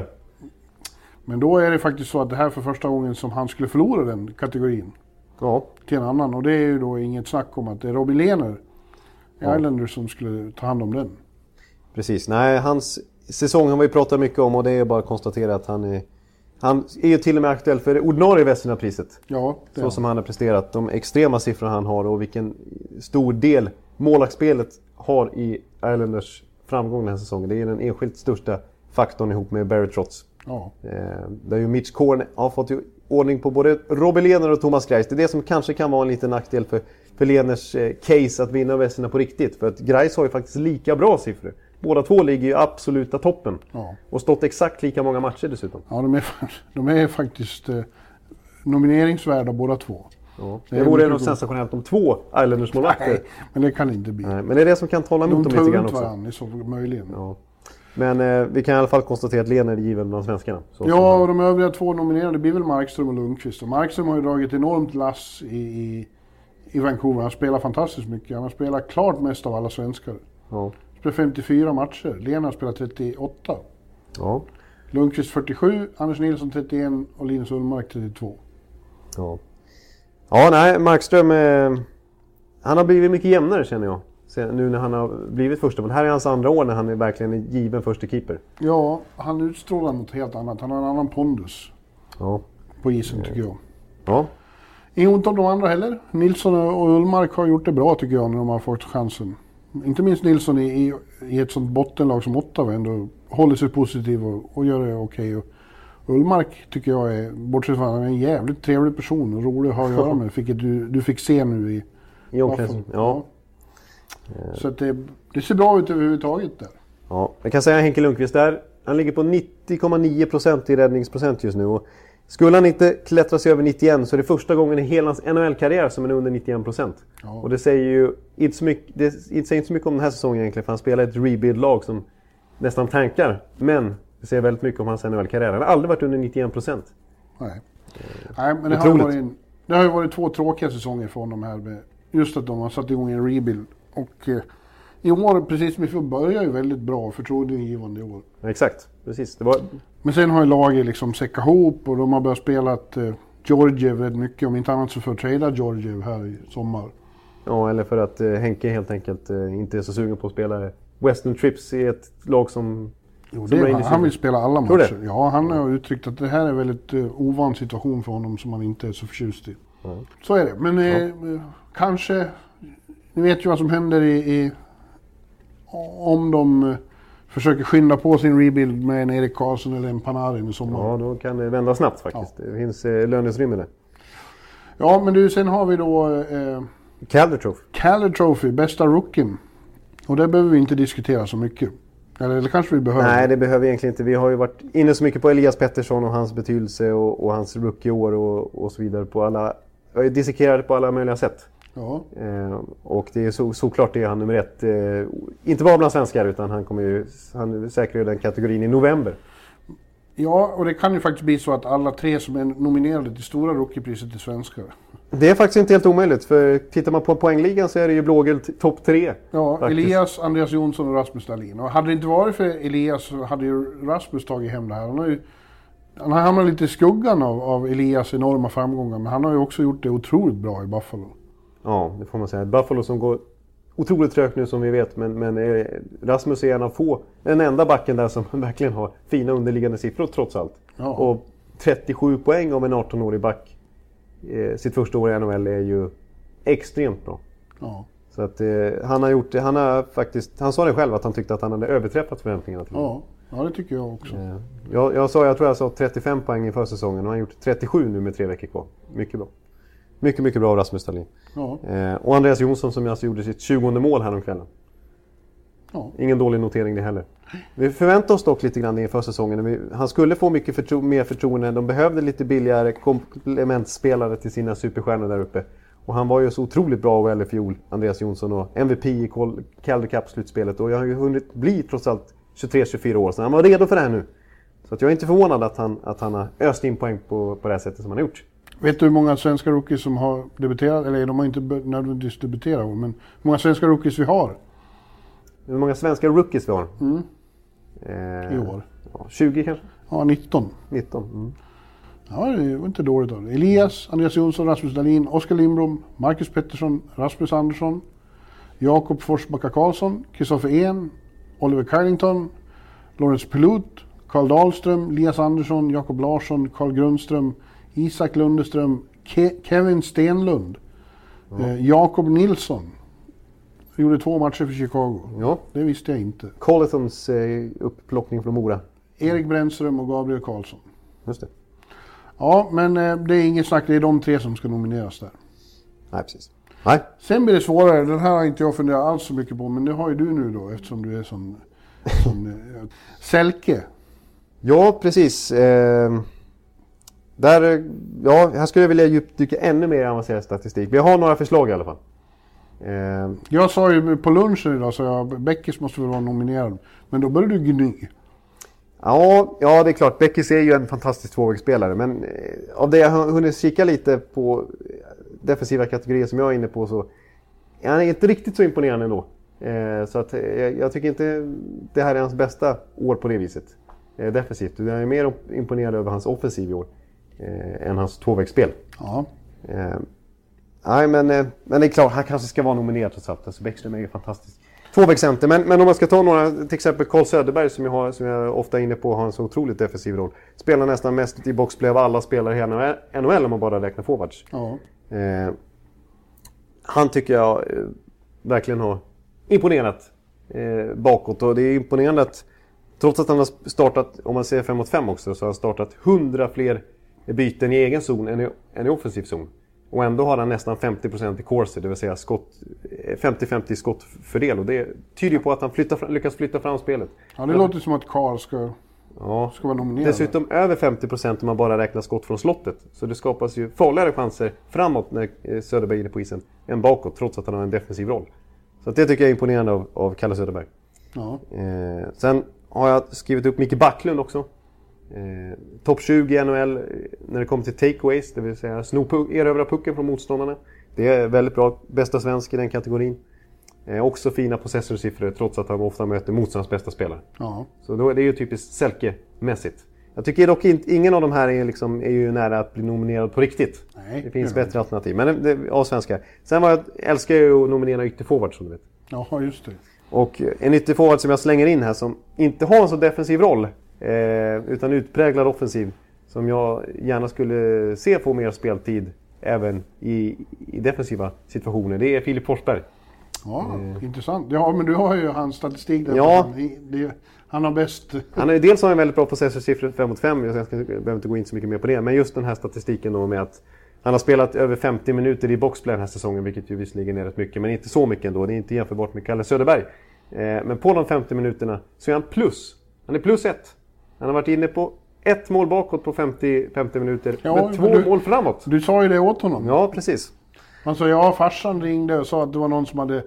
Men då är det faktiskt så att det här för första gången som han skulle förlora den kategorin ja. till en annan. Och det är ju då inget snack om att det är Robin Lehner i ja. Islanders som skulle ta hand om den. Precis, nej hans säsong har vi pratat mycket om och det är bara att konstatera att han är Han är ju till och med aktuell för det ordinarie Vezina-priset. Ja, så ja. som han har presterat. De extrema siffror han har och vilken stor del målvaktsspelet har i Islanders framgång den här säsongen. Det är den enskilt största faktorn ihop med Barry Trotz. Ja. Eh, där ju Mitch Korn har fått ju ordning på både Robin Lehner och Thomas Greiss. Det är det som kanske kan vara en liten nackdel för, för Lehners eh, case att vinna Vezina på riktigt. För att Greiss har ju faktiskt lika bra siffror. Båda två ligger i absoluta toppen. Ja. Och stått exakt lika många matcher dessutom. Ja, de är, de är faktiskt eh, nomineringsvärda båda två. Ja. Det, det vore nog sensationellt om två Islanders-målvakter. Nej, men det kan inte bli. Nej, men det är det som kan tala emot dem lite grann också. De tar ut varandra, så möjligen. Ja. Men eh, vi kan i alla fall konstatera att Lehner är given bland svenskarna. Så ja, och de övriga två nominerade blir väl Markström och Lundqvist. Och Markström har ju dragit enormt lass i, i, i Vancouver. Han spelar fantastiskt mycket. Han har spelat klart mest av alla svenskar. Ja. Spelar femtiofyra matcher. Lehner spelar trettioåtta. Ja. Lundqvist fyrtiosju, Anders Nilsson trettioen och Linus Ullmark trettiotvå. Ja. Ja, nej, Markström eh, han har blivit mycket jämnare känner jag. Nu när han har blivit första. Men här är hans andra år när han är verkligen en given första keeper. Ja, han utstrålar något helt annat. Han har en annan pondus. Ja. På isen tycker jag. Ja. Inget ont om de andra heller. Nilsson och Ullmark har gjort det bra tycker jag när de har fått chansen. Inte minst Nilsson i, i, i ett sånt bottenlag som Ottawa ändå håller sig positiv och, och gör det okej. Okay. Ullmark tycker jag är, bortsett från att han är en jävligt trevlig person och rolig att ha att göra med. Vilket du, du fick se nu i... I omklädningen, ja. Så att det, det ser bra ut överhuvudtaget där. Ja, jag kan säga Henke Lundqvist där. Han ligger på nittio komma nio procent i räddningsprocent just nu. Och skulle han inte klättra sig över nittioen så är det första gången i hela hans N H L-karriär som är under nittioen procent. Ja. Och det säger ju inte så mycket, det säger inte så mycket om den här säsongen egentligen. För han spelar ett rebuild-lag som nästan tankar. Men det säger väldigt mycket om hans N H L-karriär. Han har aldrig varit under nittioen procent. Nej. Nej, men det har, varit, det har ju varit två tråkiga säsonger för honom här. Med just att de har satt igång en rebuild. Och eh, i år, precis som vi får börja ju väldigt bra förtroendeingivande i år. Exakt, precis. Det var... Men sen har ju laget liksom säckat ihop och de har börjat spela ett, eh, Georgiev väldigt mycket. Om inte annat så för att trada Georgiev här i sommar. Ja, eller för att eh, Henke helt enkelt eh, inte är så sugen på att spela Western Trips i ett lag som... Jo, det är, han, han vill spela alla matcher. Ja, han har uttryckt att det här är en väldigt eh, ovan situation för honom som han inte är så förtjust i. Mm. Så är det. Men eh, ja. kanske... Ni vet ju vad som händer i, i om de uh, försöker skynda på sin rebuild med en Erik Karlsson eller en Panarin i sommar. Ja, då kan det vända snabbt faktiskt. Ja. Det finns uh, lönesrymmer där. Ja, men du, sen har vi då... Uh, Calder Trophy. Calder Trophy, bästa rookien. Och det behöver vi inte diskutera så mycket. Eller, eller kanske vi behöver? Nej, det behöver vi egentligen inte. Vi har ju varit inne så mycket på Elias Pettersson och hans betydelse och, och hans rookie-år och, och så vidare. På alla, jag är dissekerad på alla möjliga sätt. Ja. Eh, och det är så, såklart det är han nummer ett. Eh, inte bara bland svenskar, utan han kommer ju, han säkrar ju den kategorin i november. Ja, och det kan ju faktiskt bli så att alla tre som är nominerade till stora rookiepriset är svenskar. Det är faktiskt inte helt omöjligt, för tittar man på poängligan så är det ju blågult topp tre. Ja, faktiskt. Elias, Andreas Jonsson och Rasmus Dahlin. Och hade det inte varit för Elias så hade ju Rasmus tagit hem det här. Han har ju han har hamnat lite i skuggan av, av Elias enorma framgångar, men han har ju också gjort det otroligt bra i Buffalo. Ja, det får man säga. Buffalo som går otroligt trögt nu som vi vet, men, men eh, Rasmus är en av få, den enda backen där som verkligen har fina underliggande siffror trots allt. Ja. Och trettiosju poäng av en arton-årig back eh, sitt första år i N H L är ju extremt bra. Ja. Så att eh, han har gjort det, han har faktiskt, han sa det själv att han tyckte att han hade överträffat förväntningarna till Ja. Ja, det tycker jag också. eh, jag, jag sa, jag tror jag sa trettiofem poäng i försäsongen och han har gjort trettiosju nu med tre veckor kvar. Mycket bra. Mycket, mycket bra Rasmus Dahlin. Ja. Eh, och Andreas Jonsson som alltså gjorde sitt tjugonde mål här om kvällen. Ja. Ingen dålig notering det heller. Vi förväntar oss dock lite grann inför säsongen. Vi, han skulle få mycket förtro- mer förtroende. De behövde lite billigare komplementspelare till sina superstjärnor där uppe. Och han var ju så otroligt bra väl i fjol, Andreas Jonsson, och M V P i Calder Cup-slutspelet. Och jag har ju hunnit bli trots allt tjugotre tjugofyra år, så han var redo för det här nu. Så att jag är inte förvånad att han, att han har öst in poäng på, på det här sättet som han har gjort. Vet du hur många svenska rookies som har debuterat? Eller de har inte nödvändigtvis debuterat, men hur många svenska rookies vi har? Hur många svenska rookies vi har? Mm. Eh, I år. Ja, tjugo kanske? Ja, nitton. nitton. Mm. Ja, det var inte dåligt av det. Elias, Andreas Jonsson, Rasmus Dahlin, Oskar Lindblom, Marcus Pettersson, Rasmus Andersson, Jakob Forsbacka Karlsson, Kristoffer En, Oliver Kylington, Lawrence Pilut, Karl Dahlström, Elias Andersson, Jakob Larsson, Karl Grundström, Isak Lundeström, Ke- Kevin Stenlund, Ja. eh, Jakob Nilsson. Gjorde två matcher för Chicago. Ja. Det visste jag inte. Colletons eh, upplockning från Mora. Erik Brännström och Gabriel Karlsson. Just det. Ja, men eh, det är inget snack. Det är de tre som ska nomineras där. Nej, precis. Nej. Sen blir det svårare. Den här har inte jag funderat alls så mycket på. Men det har ju du nu då, eftersom du är sån... sån eh, Selke. Ja, precis. Eh, där, ja, här skulle jag vilja djupdyka ännu mer i avancerad statistik. Vi har några förslag i alla fall. Eh, Jag sa ju på lunchen idag så jag, Beckis måste väl vara nominerad. Men då började du gny. ja, ja, det är klart. Beckis är ju en fantastisk tvåvägsspelare. Men eh, av det jag har hunnit kika lite på defensiva kategorier som jag är inne på så är han inte riktigt så imponerande ändå. Eh, så att, eh, jag tycker inte det här är hans bästa år på det viset. Eh, defensivt. Jag är mer imponerad över hans offensiv i år eh, än hans tvåvägsspel. Ja. Eh, nej, men, eh, men det är klart, han kanske ska vara nominerad trots allt. Alltså Bäckström är ju fantastisk. Tvåvägscenter, men, men om man ska ta några, till exempel Carl Söderberg som jag, har, som jag ofta är inne på har en så otroligt defensiv roll. Spelar nästan mest i boxplay av alla spelare i N H L om man bara räknar forwards. Ja. Eh, han tycker jag eh, verkligen har imponerat eh, bakåt. Och det är imponerande att trots att han har startat, om man ser fem mot fem också, så har han startat hundra fler byten i egen zon än i, än i offensiv zon. Och ändå har han nästan femtio procent i corser, det vill säga skott, femtio femtio skottfördel. Och det tyder ju på att han flyttar, lyckas flytta fram spelet. Ja, det låter som att Karl ska, ja. ska vara nominerad. Dessutom över femtio procent om man bara räknar skott från slottet. Så det skapas ju farligare chanser framåt när Söderberg är inne på isen än bakåt, trots att han har en defensiv roll. Så det tycker jag är imponerande av, av Kalle Söderberg. Ja. Eh, sen har jag skrivit upp Micke Backlund också. Eh, Topp tjugo i N H L när det kommer till takeaways, det vill säga sno erövra pucken från motståndarna. Det är väldigt bra, bästa svensk i den kategorin. Eh, också fina possessorsiffror trots att han ofta möter motståndarens bästa spelare. Ja. Så då är det ju typiskt Selke-mässigt. Jag tycker dock inte, ingen av de här är, liksom, är ju nära att bli nominerad på riktigt. Nej, det finns det bättre alternativ, men det är svenska. Sen var jag, älskar jag ju att nominera ytterforward som du vet. Ja, just det. Och en ytterforward som jag slänger in här som inte har en så defensiv roll eh, utan utpräglad offensiv, som jag gärna skulle se få mer speltid även i, i defensiva situationer, det är Filip Forsberg. Ja, mm. Intressant. Ja, men du har ju hans statistik där. Ja. Han, det, han har bäst... Han är dels har en väldigt bra possessorsiffror fem mot fem, jag ska, behöver inte gå in så mycket mer på det, men just den här statistiken då med att han har spelat över femtio minuter i boxplay den här säsongen, vilket ju visserligen är rätt mycket, men inte så mycket ändå. Det är inte jämförbart med Kalle Söderberg. Eh, men på de femtio minuterna så är han plus. Han är plus ett. Han har varit inne på ett mål bakåt på femtio, femtio minuter. Ja, med två du, mål framåt. Du sa ju det åt honom. Ja, precis. Alltså ja, farsan ringde och sa att det var någon som hade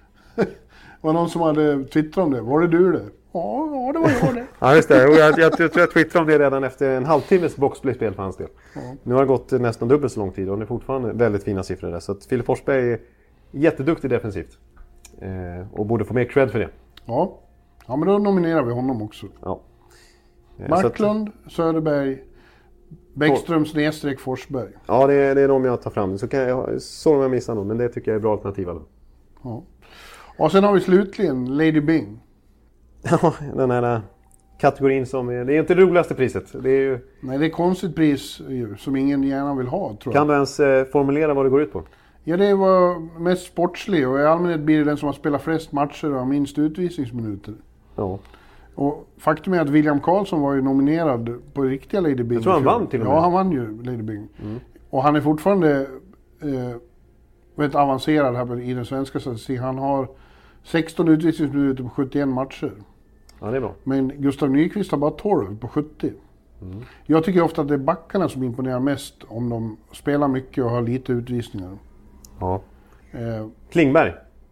var någon som hade twittrat om det. Var det du det? Ja, ja det var jag det. Ja, just det. Jag, jag, jag tror jag twittrade om det redan efter en halvtimmes boxplay-spel för hans del. Ja. Nu har det gått nästan dubbelt så lång tid och det är fortfarande väldigt fina siffror där. Så att Filip Forsberg är jätteduktig defensivt. Eh, och borde få mer cred för det. Ja. Ja, men då nominerar vi honom också. Ja. Eh, Marklund, att... Söderberg, Bäckström, snedstreck, Forsberg. Ja, det är, det är de jag tar fram. Så kan jag, så om jag missar någon, men det tycker jag är bra alternativ. Alltså. Ja. Och sen har vi slutligen Lady Byng. Ja, den här kategorin som är, det är inte det roligaste priset. Det är ju... Nej, det är konstigt pris ju, som ingen gärna vill ha, tror jag. Kan du ens eh, formulera vad det går ut på? Ja, det var mest sportslig och i allmänhet blir det den som har spelat flest matcher och minst utvisningsminuter. Ja. Och faktum är att William Karlsson var ju nominerad på riktiga Lady Byng. Jag tror han vann till och med. Ja, han vann ju Lady Byng. Mm. Och han är fortfarande eh, väldigt avancerad här i den svenska statistiken. Han har sexton utvisningsminuter på sjuttioen matcher. Ja, det är bra. Men Gustav Nyqvist har bara tolv på sjuttio. Mm. Jag tycker ofta att det är backarna som imponerar mest om de spelar mycket och har lite utvisningar. Ja. Eh, Klingberg.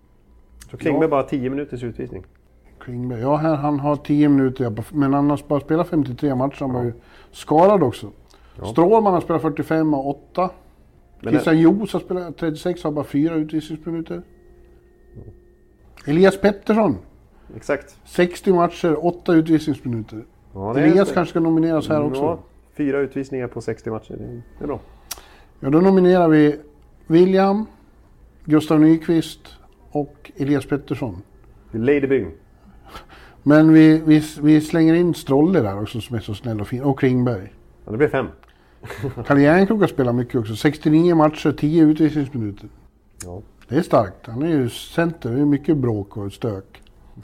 Så Klingberg ja. Bara tio minuters utvisning. Klingberg. Ja, här, han har tio minuter. Men annars bara spelar femtiotre matcher. Han var ju skadad också. Ja. Strålman har spelat fyrtiofem och åtta. Christian Jos har spelat trettiosex och har bara fyra utvisningsminuter. Ja. Elias Pettersson. Exakt. sextio matcher, åtta utvisningsminuter. Ja, Elias kanske ska nomineras här också. Ja, fyra utvisningar på sextio matcher. Det är bra. Ja, då nominerar vi William, Gustav Nyqvist och Elias Pettersson. Lady Byng. Men vi, vi, vi slänger in Strolle där också som är så snäll och fin. Och Klingberg. Ja, det blir fem. Kalle Järnkrok har spelat mycket också. sextionio matcher, tio utvisningsminuter. Ja. Det är starkt. Han är ju center. Det är mycket bråk och stök.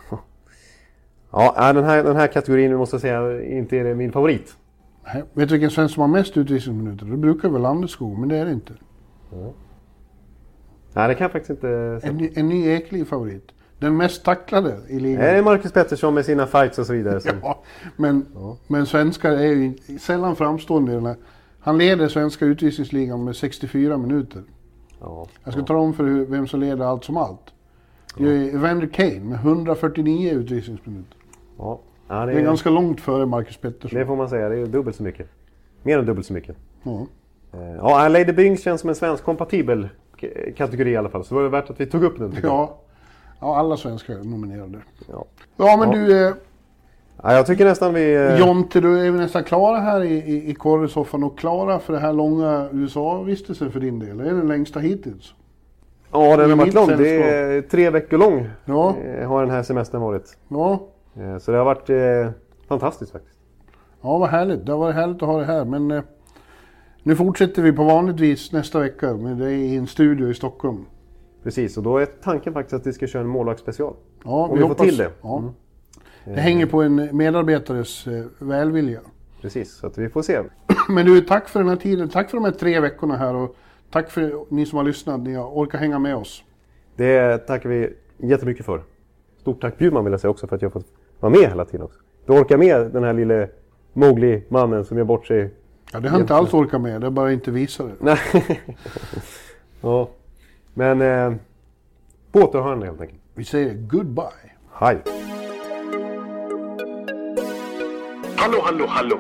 Ja, den här, den här kategorin måste jag säga inte är min favorit. Nej, vet du vilken svensk som har mest utvisningsminuter? Det brukar väl Landeskog, men det är det inte. Ja. Nej, det kan jag faktiskt inte en, en ny Ekliv favorit. Den mest tacklade i ligan. Det är Marcus Pettersson med sina fights och så vidare. Som... Ja, men, ja. men svenskar är ju sällan framstående i den här. Han leder svenska utvisningsligan med sextiofyra minuter. Ja, jag ska ja. ta om för hur, vem som leder allt som allt. Det är Evander Kane med etthundrafyrtionio utvisningsminuter. Ja. Ja, det, är... det är ganska långt före Marcus Pettersson. Det får man säga, det är dubbelt så mycket. Mer än dubbelt så mycket. Ja, ja Lady Byng känns som en svensk kompatibel kategori i alla fall. Så var det värt att vi tog upp den. Ja. ja, alla svenskar är nominerade. Ja, ja men ja. du... Eh... Ja, jag tycker nästan vi... Eh... Jonte, du är vi nästan klara här i, i, i korresoffan och klara för det här långa U S A-vistelsen för din del. Det är den längsta hittills. Ja, den har varit lång. Det är tre veckor lång ja. har den här semestern varit. Ja. Så det har varit eh, fantastiskt faktiskt. Ja, vad härligt. Det har varit härligt att ha det här. Men eh, nu fortsätter vi på vanligt vis nästa vecka med dig i en studio i Stockholm. Precis, och då är tanken faktiskt att vi ska köra en målvaktsspecial. Ja, om vi, vi hoppas, får till det. Ja. Mm. Det hänger på en medarbetares eh, välvilja. Precis, så att vi får se. Men du, tack för den här tiden. Tack för de här tre veckorna här. Och tack för ni som har lyssnat. Ni har orkat hänga med oss. Det tackar vi jättemycket för. Stort tack Bjurman vill jag säga också för att jag har fått vara med hela tiden också. Du orkar med den här lille Mowgli-mannen som gör bort sig. Ja, det har inte alls orkat med. Det är bara inte visar det. Nej. Ja. Men eh, på återhörande helt enkelt. Vi säger goodbye. Hej. Hallå, hallå, hallå.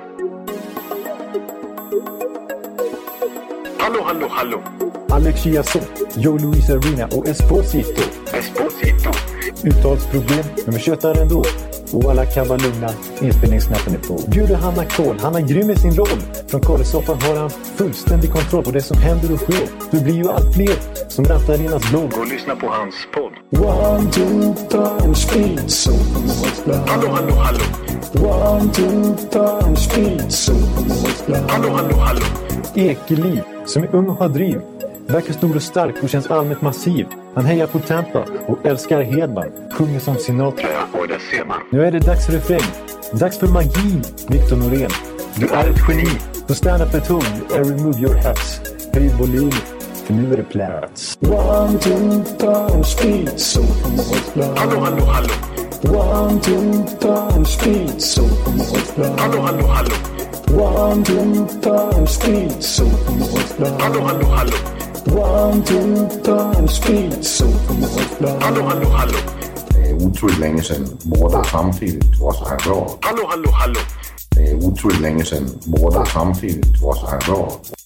Hallå, hallå, hallå. Alex Chiazot, Joe Luis Arena och Esposito. Esposito. Uttalsproblem, men vi tjötar ändå. Och alla kan vara lugna, inspelningsknappen är på. Bjuder Hanna Kohl, han är grym i sin roll. Från Kåresoffan har han fullständig kontroll på det som händer och sker. Det blir ju allt fler som rattar in hans blogg. Och lyssna på hans podd. One, two, three, speed, so hallå, hallå, hallå. One, two, three, speed, so hallå, hallå, hallå. Ekeliv, som är ung och har driv. Verkar stor och stark och känns allmänt massiv. Han hejar på Tampa och älskar Hedman. Sjunger som Sinatra. Ja, och det ser man. Nu är det dags för refräng. Dags för magi, Victor Norén. Du är ett geni. Så stand up at home and remove your hats. Höj volym, för nu är det plats. One, two, three, speed, so hallå, hallå, hallå. One, two, time, speed, supermorgensklar. Hallo, hallo, hallo. One, two, time, speed, supermorgensklar. Hallo, hallo, hallo. One, two, time, speed, supermorgensklar. Hallo, hallo, hallo. Det er utroligt længe siden mor, der samtidigt også har råd. Hallo, hallo, hallo. Det er utroligt længe siden mor, der samtidigt også har råd.